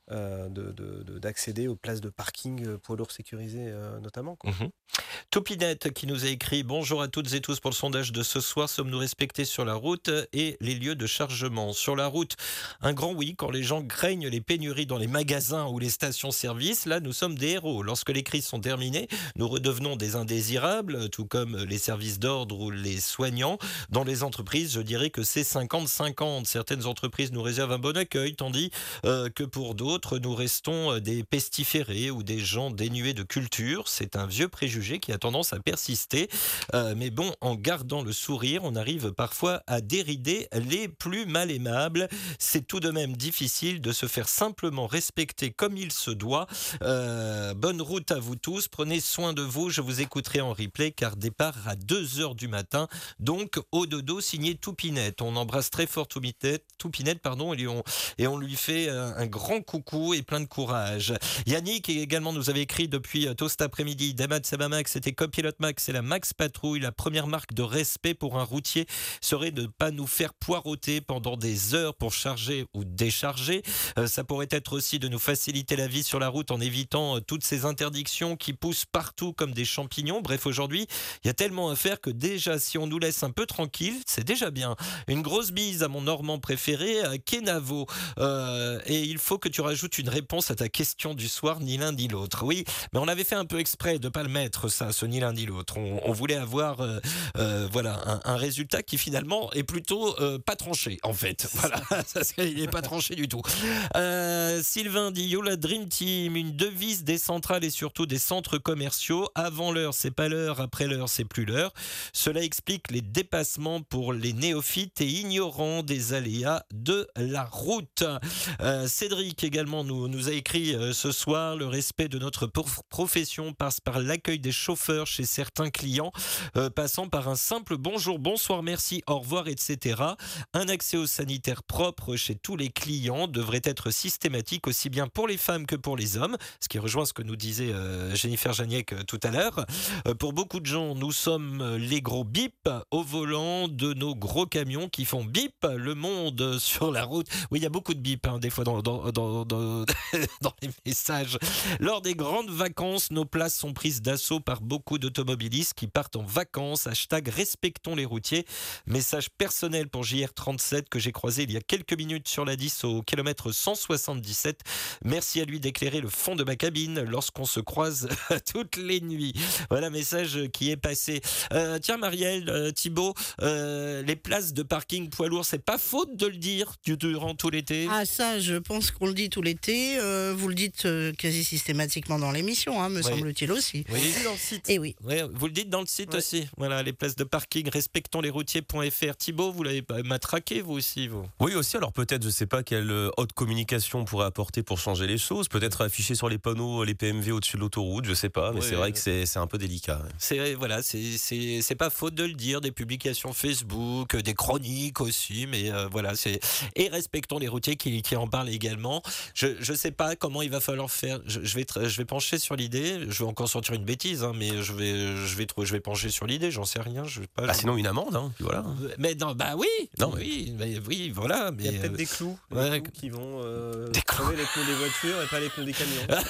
euh, de, de, de, d'accéder aux places de parking euh, poids lourds sécurisés euh, notamment. Quoi. Mmh. Toupinette qui nous a écrit « Bonjour à toutes et tous pour le sondage de ce soir. Sommes-nous respectés sur la route et les lieux de chargement ?» Sur la route, un grand oui quand les gens craignent les pénuries dans les magasins ou les stations-service. Là, nous sommes des héros. Lorsque les crises sont terminées, nous redevenons des indésirables, tout comme les services d'ordre ou les soignants. Dans les entreprises, je dirais que c'est cinquante cinquante. Certaines entreprises nous réservent un bon accueil, tandis euh, que pour d'autres, nous restons des pestiférés ou des gens dénués de culture. C'est un vieux préjugé qui a tendance à persister. Euh, mais bon, en gardant le sourire, on arrive parfois à dérider les plus mal aimables. C'est tout de même difficile de se faire simplement respecter comme il se doit. Euh, bonne route à vous tous. Prenez soin de vous. Je vous écouterai en replay car départ à deux heures du matin. Donc, au dodo, signé Toupinette. On embrasse très fort Toupinette, Toupinette pardon, et on, et on lui fait un, un grand coucou et plein de courage. Yannick également nous avait écrit depuis tôt cet après-midi. Damad Sabamax, c'était Copilot Max, c'est la Max Patrouille. La première marque de respect pour un routier serait de ne pas nous faire poireauter pendant des heures pour charger ou décharger. Euh, ça pourrait être aussi de nous faciliter la vie sur la route en évitant euh, toutes ces interdictions qui poussent partout comme des champignons. Bref, aujourd'hui, il y a tellement à faire que déjà, si on nous laisse un peu tranquille, c'est déjà bien. Une grosse bise à mon Normand préféré, à Kenavo. Euh, et il faut que tu rajoutes une réponse à ta question du soir, ni l'un ni l'autre. Oui, mais on avait fait un peu exprès de ne pas le mettre, ça, ce ni l'un ni l'autre. On, on voulait avoir euh, euh, voilà, un, un résultat qui finalement est plutôt euh, pas tranché, en fait. Voilà, ça, il n'est pas tranché du tout. Euh, Sylvain dit Yo la Dream Team, une devise des centrales et surtout des centres commerciaux. Avant l'heure, c'est pas l'heure, après l'heure, c'est plus l'heure. Cela explique les dépassements pour les néophytes et ignorants des aléas de la route. Euh, Cédric également nous, nous a écrit euh, ce soir le respect de notre profession passe par l'accueil des chauffeurs chez certains clients, euh, passant par un simple bonjour, bonsoir, merci, au revoir, et cetera. Un accès aux sanitaires propre chez tous les clients devrait être systématique aussi bien pour les femmes que pour les hommes, ce qui rejoint ce que nous disait euh, Jennifer Janiek euh, tout à l'heure. Euh, pour beaucoup de gens, nous sommes les gros bip au volant de nos gros camions qui font bip le monde sur la route. Oui, il y a beaucoup de bip hein, des fois dans, dans, dans, dans, dans les messages. Lors des grandes vacances, nos places sont prises d'assaut par beaucoup d'automobilistes qui partent en vacances. Hashtag respectons les routiers. Message personnel pour J R trente-sept que j'ai croisé il y a quelques minutes sur la dix au kilomètre cent soixante-dix-sept. Merci à lui d'éclairer le fond de ma cabine lorsqu'on se croise toutes les nuits. Voilà, message qui est passé. Euh, tiens, Marielle, euh, Thibaut, euh, les places de parking poids lourd, c'est pas faute de le dire durant tout l'été. Ah, ça, je pense qu'on le dit tout l'été. Euh, vous le dites euh, quasi systématiquement dans l'émission, hein, me oui. semble-t-il aussi. Oui, dans le site. Et oui. oui. Vous le dites dans le site oui. aussi. Voilà, les places de parking, respectons les routiers point f r. Thibaut, vous l'avez pas matraqué, vous aussi, vous. Oui, aussi. Alors peut-être, je sais pas quelle haute communication on pourrait apporter pour changer les choses. Peut-être afficher sur les panneaux les P M V au-dessus de l'autoroute, je sais pas. Mais oui, c'est vrai oui. que c'est, c'est un peu délicat. C'est voilà, c'est, c'est c'est pas faute de le dire. Des publications Facebook, des chroniques aussi, mais euh, voilà, c'est et respectons les routiers qui, qui en parlent également. Je je sais pas comment il va falloir faire. Je, je vais je vais pencher sur l'idée. Je vais encore sortir une bêtise, hein, mais je vais je vais je vais pencher sur l'idée. J'en sais rien. Je sais pas. Ah, sinon une amende, hein, puis voilà. Mais non, bah oui, non, oui, mais oui, voilà. Mais il y a peut-être euh, des clous, des ouais, clous qui vont euh, des crever les pneus des voitures et pas les pneus des camions.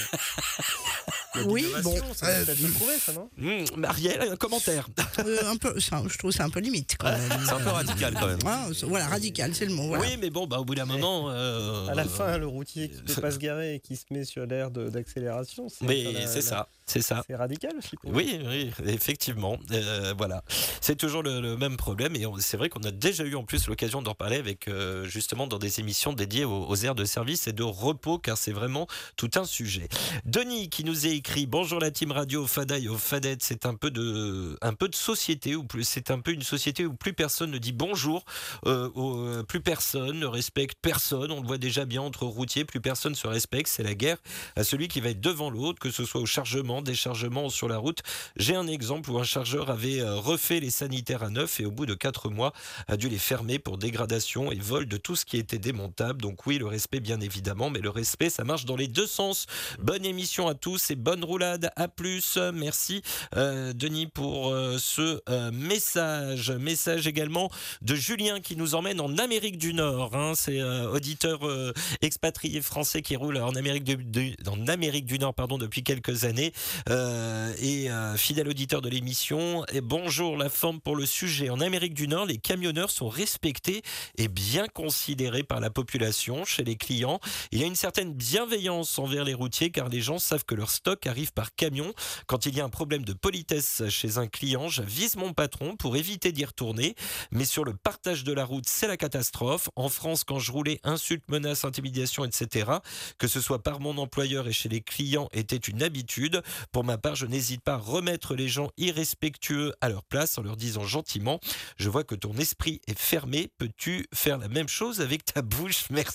Oui, bon, ça peut peut-être se trouver, ça, non mmh, Marielle, un commentaire. Euh, un peu, ça, je trouve que c'est un peu limite quand même. C'est un peu radical quand même. Ah, voilà, radical, c'est le mot. Voilà. Oui, mais bon, bah au bout d'un moment. Euh, à la fin, le routier qui ne peut pas se garer et qui se met sur l'air de, d'accélération, c'est, mais la, c'est la, ça, c'est ça. C'est radical aussi. Pour oui, oui, effectivement. Euh, voilà, c'est toujours le, le même problème et on, c'est vrai qu'on a déjà eu en plus l'occasion d'en parler avec euh, justement dans des émissions dédiées aux, aux aires de service et de repos, car c'est vraiment tout un sujet. Denis qui nous a écrit bonjour la team radio au Fada et au Fadette, c'est un peu de un peu de société ou plus c'est un peu une société où plus personne ne dit bonjour, euh, où, plus personne ne respecte personne. On le voit déjà bien entre routiers, plus personne se respecte. C'est la guerre à celui qui va être devant l'autre, que ce soit au chargement, déchargement ou sur la route. J'ai un exemple où un chargeur avait refait les sanitaires à neuf et au bout de quatre mois a dû les fermer pour dégradation et vol de tout ce qui était démontable. Donc oui, le respect bien évidemment, mais le respect ça marche dans les deux sens. Bonne émission à tous et bonne bonne roulade, à plus. Merci euh, Denis pour euh, ce euh, message. Message également de Julien qui nous emmène en Amérique du Nord. Hein. C'est euh, auditeur euh, expatrié français qui roule en Amérique, de, de, en Amérique du Nord pardon, depuis quelques années euh, et euh, fidèle auditeur de l'émission. Et bonjour, la forme pour le sujet. En Amérique du Nord, les camionneurs sont respectés et bien considérés par la population. Chez les clients, il y a une certaine bienveillance envers les routiers car les gens savent que leur stock arrive par camion. Quand il y a un problème de politesse chez un client, j'avise mon patron pour éviter d'y retourner. Mais sur le partage de la route, c'est la catastrophe. En France, quand je roulais, insultes, menaces, intimidations, et cetera, que ce soit par mon employeur et chez les clients, était une habitude. Pour ma part, je n'hésite pas à remettre les gens irrespectueux à leur place en leur disant gentiment « Je vois que ton esprit est fermé. Peux-tu faire la même chose avec ta bouche ? Merci. »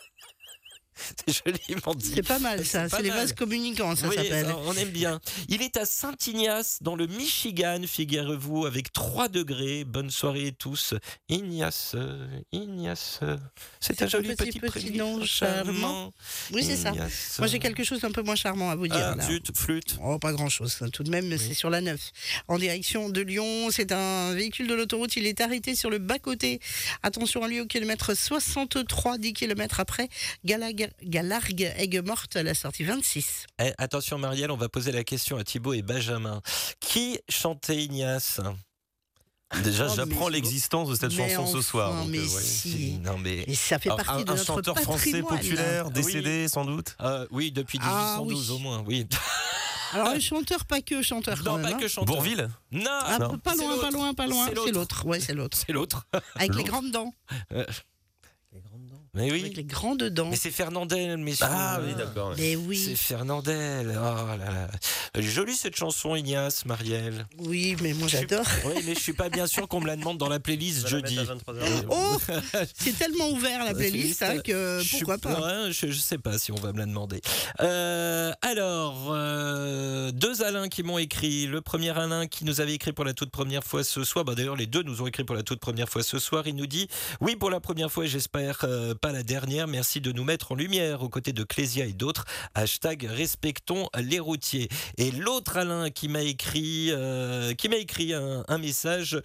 C'est joliment dit. C'est pas mal ça, c'est, c'est les vases communicants, ça oui, s'appelle. Ça, on aime bien. Il est à Saint-Ignace, dans le Michigan, figurez-vous, avec trois degrés. Bonne soirée tous. Ignace, Ignace. C'est, c'est un joli petit, petit, petit nom charmant. Oui, c'est Ignace. Ça. Moi, j'ai quelque chose d'un peu moins charmant à vous dire. Ah, là. Zut, flûte. Oh, pas grand-chose. Tout de même, oui. C'est sur la neuf. En direction de Lyon, c'est un véhicule de l'autoroute. Il est arrêté sur le bas-côté. Attention à lui au kilomètre soixante-trois, dix kilomètres après Galag. Galargue, Aigues-Mortes, la sortie vingt-six. Eh, attention Marielle, on va poser la question à Thibaut et Benjamin. Qui chantait Ignace ? Déjà, oh, j'apprends l'existence de cette chanson enfin, ce soir. Donc, mais, euh, ouais. si. non, mais... mais ça fait partie un, de un notre chanteur français populaire, décédé oui. sans doute. Euh, oui, depuis dix-huit cent douze ah, oui. au moins, oui. Alors le chanteur, pas que chanteur quand non, même. pas Hein. que chanteur. Bourville ? Non, ah, non. Pas loin, pas loin, pas loin. C'est l'autre. C'est l'autre. Ouais, c'est l'autre. C'est l'autre. Avec l'autre. les grandes dents. Euh... Les grandes dents. Mais oui. Avec les grandes dents. Mais c'est Fernandel, messieurs. Ah oui, d'accord. Mais oui. C'est Fernandel. Oh là là. Elle est jolie cette chanson, Ignace, Marielle. Oui, mais moi j'adore. Suis... Oui, mais je suis pas bien sûr qu'on me la demande dans la playlist jeudi. Oh, c'est tellement ouvert la playlist hein, que je pourquoi suis... pas. Ouais, je, je sais pas si on va me la demander. Euh, alors, euh, deux Alain qui m'ont écrit. Le premier Alain qui nous avait écrit pour la toute première fois ce soir. Bah, d'ailleurs, les deux nous ont écrit pour la toute première fois ce soir. Il nous dit oui pour la première fois. J'espère euh, pas la dernière. Merci de nous mettre en lumière aux côtés de Clésia et d'autres. Hashtag respectons les routiers. Et l'autre Alain qui m'a écrit, euh, qui m'a écrit un, un message,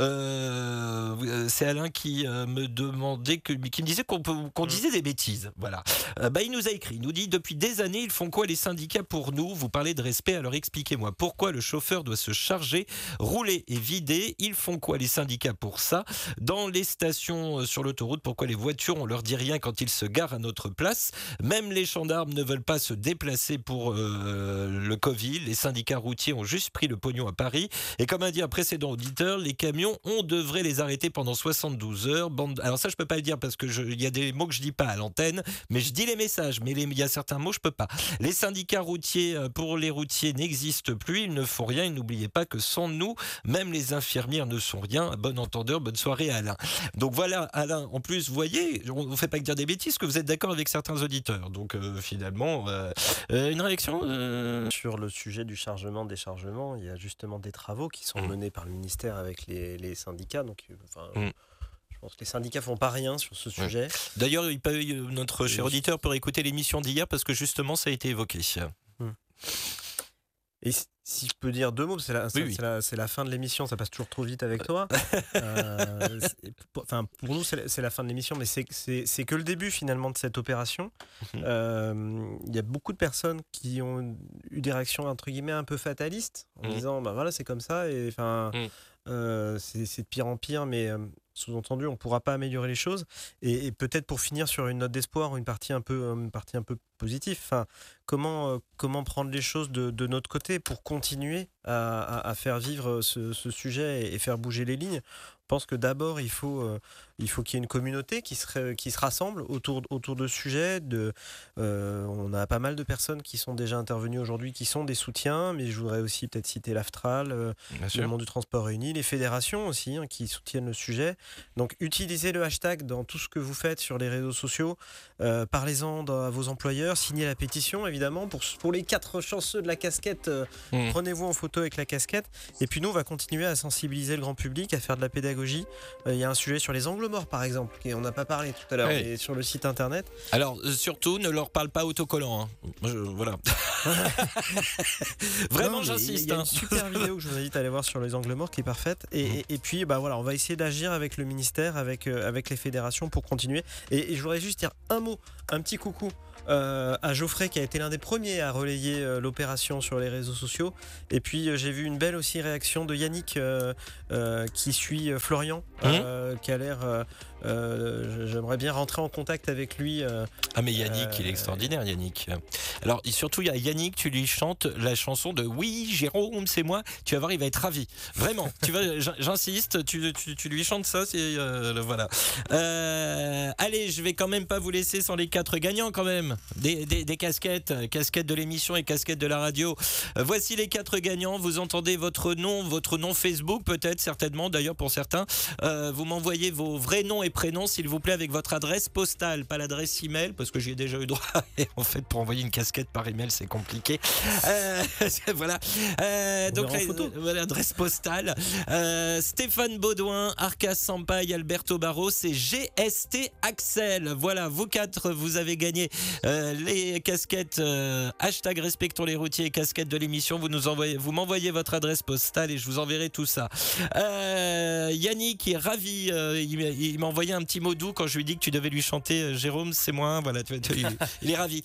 euh, c'est Alain qui euh, me demandait, que, qui me disait qu'on, peut, qu'on disait des bêtises. Voilà. Euh, bah, il nous a écrit. Il nous dit depuis des années, ils font quoi les syndicats pour nous ? Vous parlez de respect, alors expliquez-moi pourquoi le chauffeur doit se charger, rouler et vider. Ils font quoi les syndicats pour ça ? Dans les stations euh, sur l'autoroute, pourquoi les voitures on leur dit rien quand ils se garent à notre place. Même les gendarmes ne veulent pas se déplacer pour euh, le Covid. Les syndicats routiers ont juste pris le pognon à Paris. Et comme a dit un précédent auditeur, les camions, on devrait les arrêter pendant soixante-douze heures. Bande... Alors ça, je peux pas le dire parce que il y a des mots que je dis pas à l'antenne, mais je dis les messages. Mais il y a certains mots, je peux pas. Les syndicats routiers pour les routiers n'existent plus. Ils ne font rien. Et n'oubliez pas que sans nous, même les infirmières ne sont rien. Bon entendeur, bonne soirée Alain. Donc voilà Alain. En plus, vous voyez, on ne fait pas que dire des bêtises, que vous êtes d'accord avec certains auditeurs. Donc euh, finalement, euh, euh, une réaction euh... sur le sujet du chargement, déchargement, il y a justement des travaux qui sont mmh. menés par le ministère avec les, les syndicats. Donc, enfin, mmh. je pense que les syndicats font pas rien sur ce sujet. Mmh. D'ailleurs, il peut, notre cher auditeur peut écouter l'émission d'hier parce que justement, ça a été évoqué. Mmh. Et si je peux dire deux mots, c'est la, oui, c'est, oui. c'est, la, c'est la fin de l'émission, ça passe toujours trop vite avec toi. euh, pour, enfin, pour nous, c'est la, c'est la fin de l'émission, mais c'est, c'est, c'est que le début finalement de cette opération. Il mmh. euh, y a beaucoup de personnes qui ont eu des réactions entre guillemets un peu fatalistes, en mmh. disant bah voilà c'est comme ça et enfin mmh. euh, c'est, c'est de pire en pire, mais euh, sous-entendu on ne pourra pas améliorer les choses. Et, et peut-être pour finir sur une note d'espoir, une partie un peu, une partie un peu positive. Enfin, comment euh, comment prendre les choses de, de notre côté pour continuer à, à, à faire vivre ce, ce sujet et, et faire bouger les lignes. Je pense que d'abord il faut euh, il faut qu'il y ait une communauté qui se qui se rassemble autour autour de ce sujet. De euh, on a pas mal de personnes qui sont déjà intervenues aujourd'hui, qui sont des soutiens, mais je voudrais aussi peut-être citer l'Aftral, euh, le monde du transport réuni, les fédérations aussi hein, qui soutiennent le sujet. Donc utilisez le hashtag dans tout ce que vous faites sur les réseaux sociaux. Euh, parlez-en à vos employeurs, signez la pétition évidemment pour pour les quatre chanceux de la casquette. Euh, mmh. Prenez-vous en photo avec la casquette. Et puis nous on va continuer à sensibiliser le grand public, à faire de la pédagogie pédagogie. Il y a un sujet sur les angles morts, par exemple, et on n'a pas parlé tout à l'heure, Ouais. mais sur le site internet. Alors, euh, surtout, ne leur parle pas autocollant. Hein. Je- voilà. Vraiment, Non, mais j'insiste. Il y a hein. une super vidéo que je vous invite à aller voir sur les angles morts qui est parfaite. Et, et, et puis, bah voilà, on va essayer d'agir avec le ministère, avec, euh, avec les fédérations pour continuer. Et, et je voudrais juste dire un mot, un petit coucou. Euh, à Geoffrey qui a été l'un des premiers à relayer euh, l'opération sur les réseaux sociaux. Et puis euh, j'ai vu une belle aussi réaction de Yannick euh, euh, qui suit euh, Florian, euh, qui a l'air. Euh, euh, j'aimerais bien rentrer en contact avec lui. euh, Ah mais Yannick, Euh, il est extraordinaire, Yannick. Alors et surtout, il y a Yannick, tu lui chantes la chanson de Oui, Jérôme, c'est moi. Tu vas voir, il va être ravi. Vraiment. tu vas, j'in- j'insiste, tu, tu, tu lui chantes ça, c'est euh, voilà. Euh, allez, je vais quand même pas vous laisser sans les quatre gagnants quand même. Des, des, des casquettes, casquettes de l'émission et casquettes de la radio. Euh, voici les quatre gagnants. Vous entendez votre nom, votre nom Facebook peut-être, certainement d'ailleurs pour certains. Euh, vous m'envoyez vos vrais noms et prénoms s'il vous plaît avec votre adresse postale, pas l'adresse email parce que j'y ai déjà eu droit. Et en fait, pour envoyer une casquette par email, c'est compliqué. Euh, voilà. Euh, On donc verra en la- photo. euh, l'adresse postale. Euh, Stéphane Baudouin, Arcas Sampaï, Alberto Barros et G S T Axel. Voilà, vous quatre, vous avez gagné euh, les casquettes euh, hashtag respectons les routiers et casquettes de l'émission. Vous nous envoyez, vous m'envoyez votre adresse postale et je vous enverrai tout ça. Euh, Yannick est ravi. euh, il, m'a- il m'a envoyé un petit mot doux quand je lui ai dit que tu devais lui chanter euh, Jérôme, c'est moi. Voilà, tu, tu- il, il est ravi.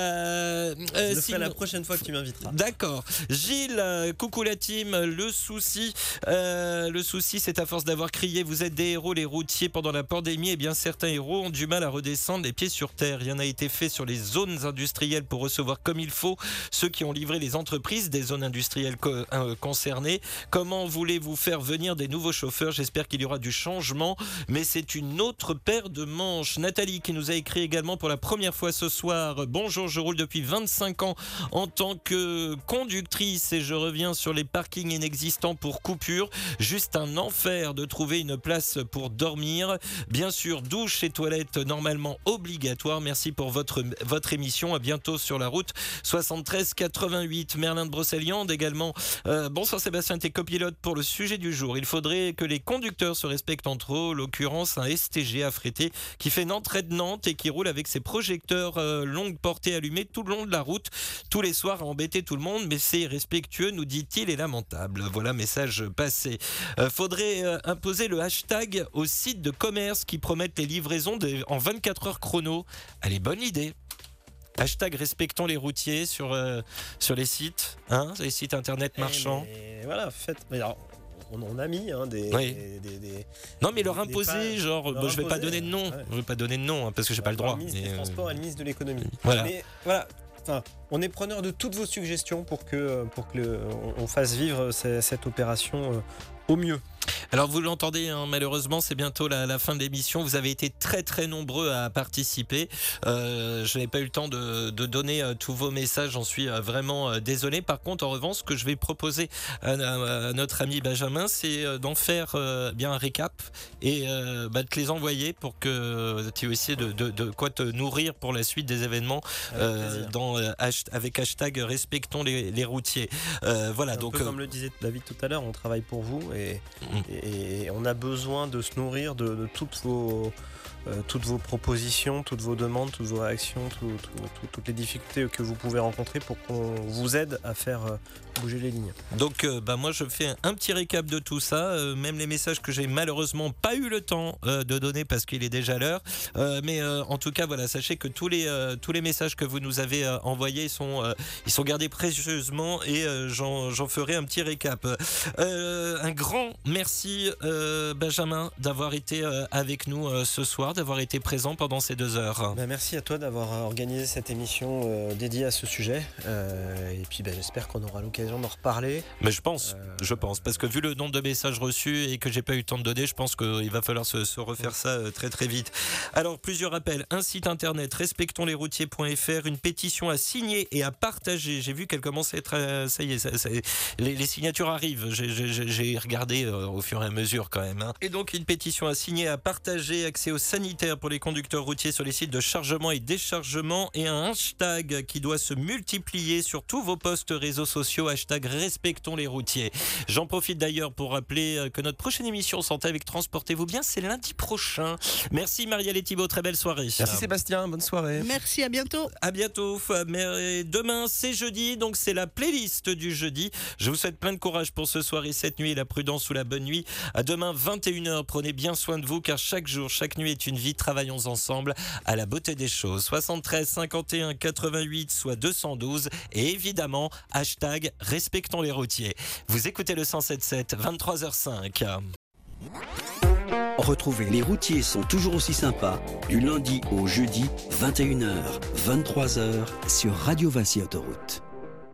Euh, je euh, le ferai sinon- la prochaine fois que tu m'inviteras. D'accord. Gilles, euh, coucou la team. Le souci, euh, le souci, c'est à force d'avoir crié, vous êtes des héros, les routiers, pendant la pandémie. Et bien, certains héros ont du mal à redescendre les pieds sur terre. Rien n'a été fait sur les zones industrielles pour recevoir comme il faut ceux qui ont livré les entreprises des zones industrielles co- euh, concernées. Comment voulez-vous faire venir des nouveaux chauffeurs? J'espère qu'il y aura du changement, mais c'est une autre paire de manches. Nathalie qui nous a écrit également pour la première fois ce soir. Bonjour, je roule depuis vingt-cinq ans en tant que conductrice et je reviens sur les parkings inexistants pour coupure. Juste un enfer de trouver une place pour dormir. Bien sûr, douche et toilettes normalement obligatoires. Merci pour votre, votre émission. À bientôt sur la route soixante-treize quatre-vingt-huit. Merlin de Brocéliande également. Euh, bonsoir Sébastien, t'es copilote pour le sujet du jour. Il faudrait que les conducteurs se respectent entre eux. En l'occurrence, un S T G affrété qui fait Nantes-Rennes-Nantes et qui roule avec ses projecteurs euh, longue portée allumés tout le long de la route, tous les soirs à embêter tout le monde, mais c'est irrespectueux, nous dit-il, et lamentable. Voilà, message passé. Euh, faudrait euh, imposer le hashtag aux sites de commerce qui promettent les livraisons de- en vingt-quatre heures chrono. Allez, bonne idée. Hashtag respectons les routiers sur, euh, sur les sites, hein, les sites internet marchands. Et voilà, faites. mais alors, on, on a mis hein, des, Oui. des, des- des- Non, mais leur des imposer, pages. genre, Leur bon, je vais pas imposer, donner de nom, ouais. je vais pas donner de nom hein, parce que j'ai pas le droit. La ministre mais, des euh, Transports et le ministre de l'économie. Voilà. Mais voilà, enfin, on est preneur de toutes vos suggestions pour que, pour que le- on, on fasse vivre ce- cette opération euh, au mieux. Alors vous l'entendez, hein, malheureusement c'est bientôt la, la fin de l'émission. Vous avez été très très nombreux à participer. Euh, je n'ai pas eu le temps de, de donner euh, tous vos messages, j'en suis euh, vraiment euh, désolé. Par contre, en revanche, ce que je vais proposer à, à- à notre ami Benjamin, c'est euh, d'en faire euh, bien un récap et euh, bah, de te les envoyer pour que tu aies aussi de, de, de quoi te nourrir pour la suite des événements Avec euh, plaisir. dans, euh, hasht- avec hashtag respectons les, les routiers. Euh, voilà, Un donc peu euh, comme le disait David tout à l'heure, on travaille pour vous et, Mm. et- et on a besoin de se nourrir de, de toutes vos euh, toutes vos propositions, toutes vos demandes, toutes vos réactions, tout- tout- tout- toutes les difficultés que vous pouvez rencontrer pour qu'on vous aide à faire euh, bouger les lignes. Donc euh, bah, moi je fais un petit récap de tout ça, euh, même les messages que j'ai malheureusement pas eu le temps euh, de donner parce qu'il est déjà l'heure. Euh, mais euh, en tout cas voilà, sachez que tous les, euh, tous les messages que vous nous avez euh, envoyés sont, euh, ils sont gardés précieusement et euh, j'en, j'en ferai un petit récap. Euh, un grand merci euh, Benjamin d'avoir été euh, avec nous euh, ce soir, d'avoir été présent pendant ces deux heures. Ben, merci à toi d'avoir organisé cette émission euh, dédiée à ce sujet euh, et puis ben, j'espère qu'on aura l'occasion d'en reparler. Mais je pense, Euh, je pense, parce que vu le nombre de messages reçus et que j'ai pas eu le temps de donner, je pense qu'il va falloir se, se refaire ça euh, très très vite. Alors plusieurs appels, un site internet respectons les routiers point f r, une pétition à signer et à partager. J'ai vu qu'elle commençait à être, euh, ça y est, ça- ça- les, les signatures arrivent. J'ai, j'ai- j'ai regardé euh, au fur fur et à mesure quand même. Hein. Et donc une pétition à signer, à partager, accès aux sanitaires pour les conducteurs routiers sur les sites de chargement et déchargement et un hashtag qui doit se multiplier sur tous vos posts réseaux sociaux, hashtag respectons les routiers. J'en profite d'ailleurs pour rappeler que notre prochaine émission Santé avec Transportez-vous bien, c'est lundi prochain. Merci Marielle et Thibaut, très belle soirée. Merci Sébastien, bonne soirée. Merci, à bientôt. À bientôt. Mais demain c'est jeudi, donc c'est la playlist du jeudi. Je vous souhaite plein de courage pour ce soir et cette nuit, la prudence ou la bonne nuit. À demain vingt et une heures, prenez bien soin de vous car chaque jour, chaque nuit est une vie. Travaillons ensemble à la beauté des choses. soixante-treize cinquante et un quatre-vingt-huit soit deux cent douze et évidemment hashtag respectons les routiers. Vous écoutez le cent sept sept, vingt-trois heures cinq. Retrouvez Les routiers sont toujours aussi sympas du lundi au jeudi vingt et une heures, vingt-trois heures sur Radio Vinci Autoroute.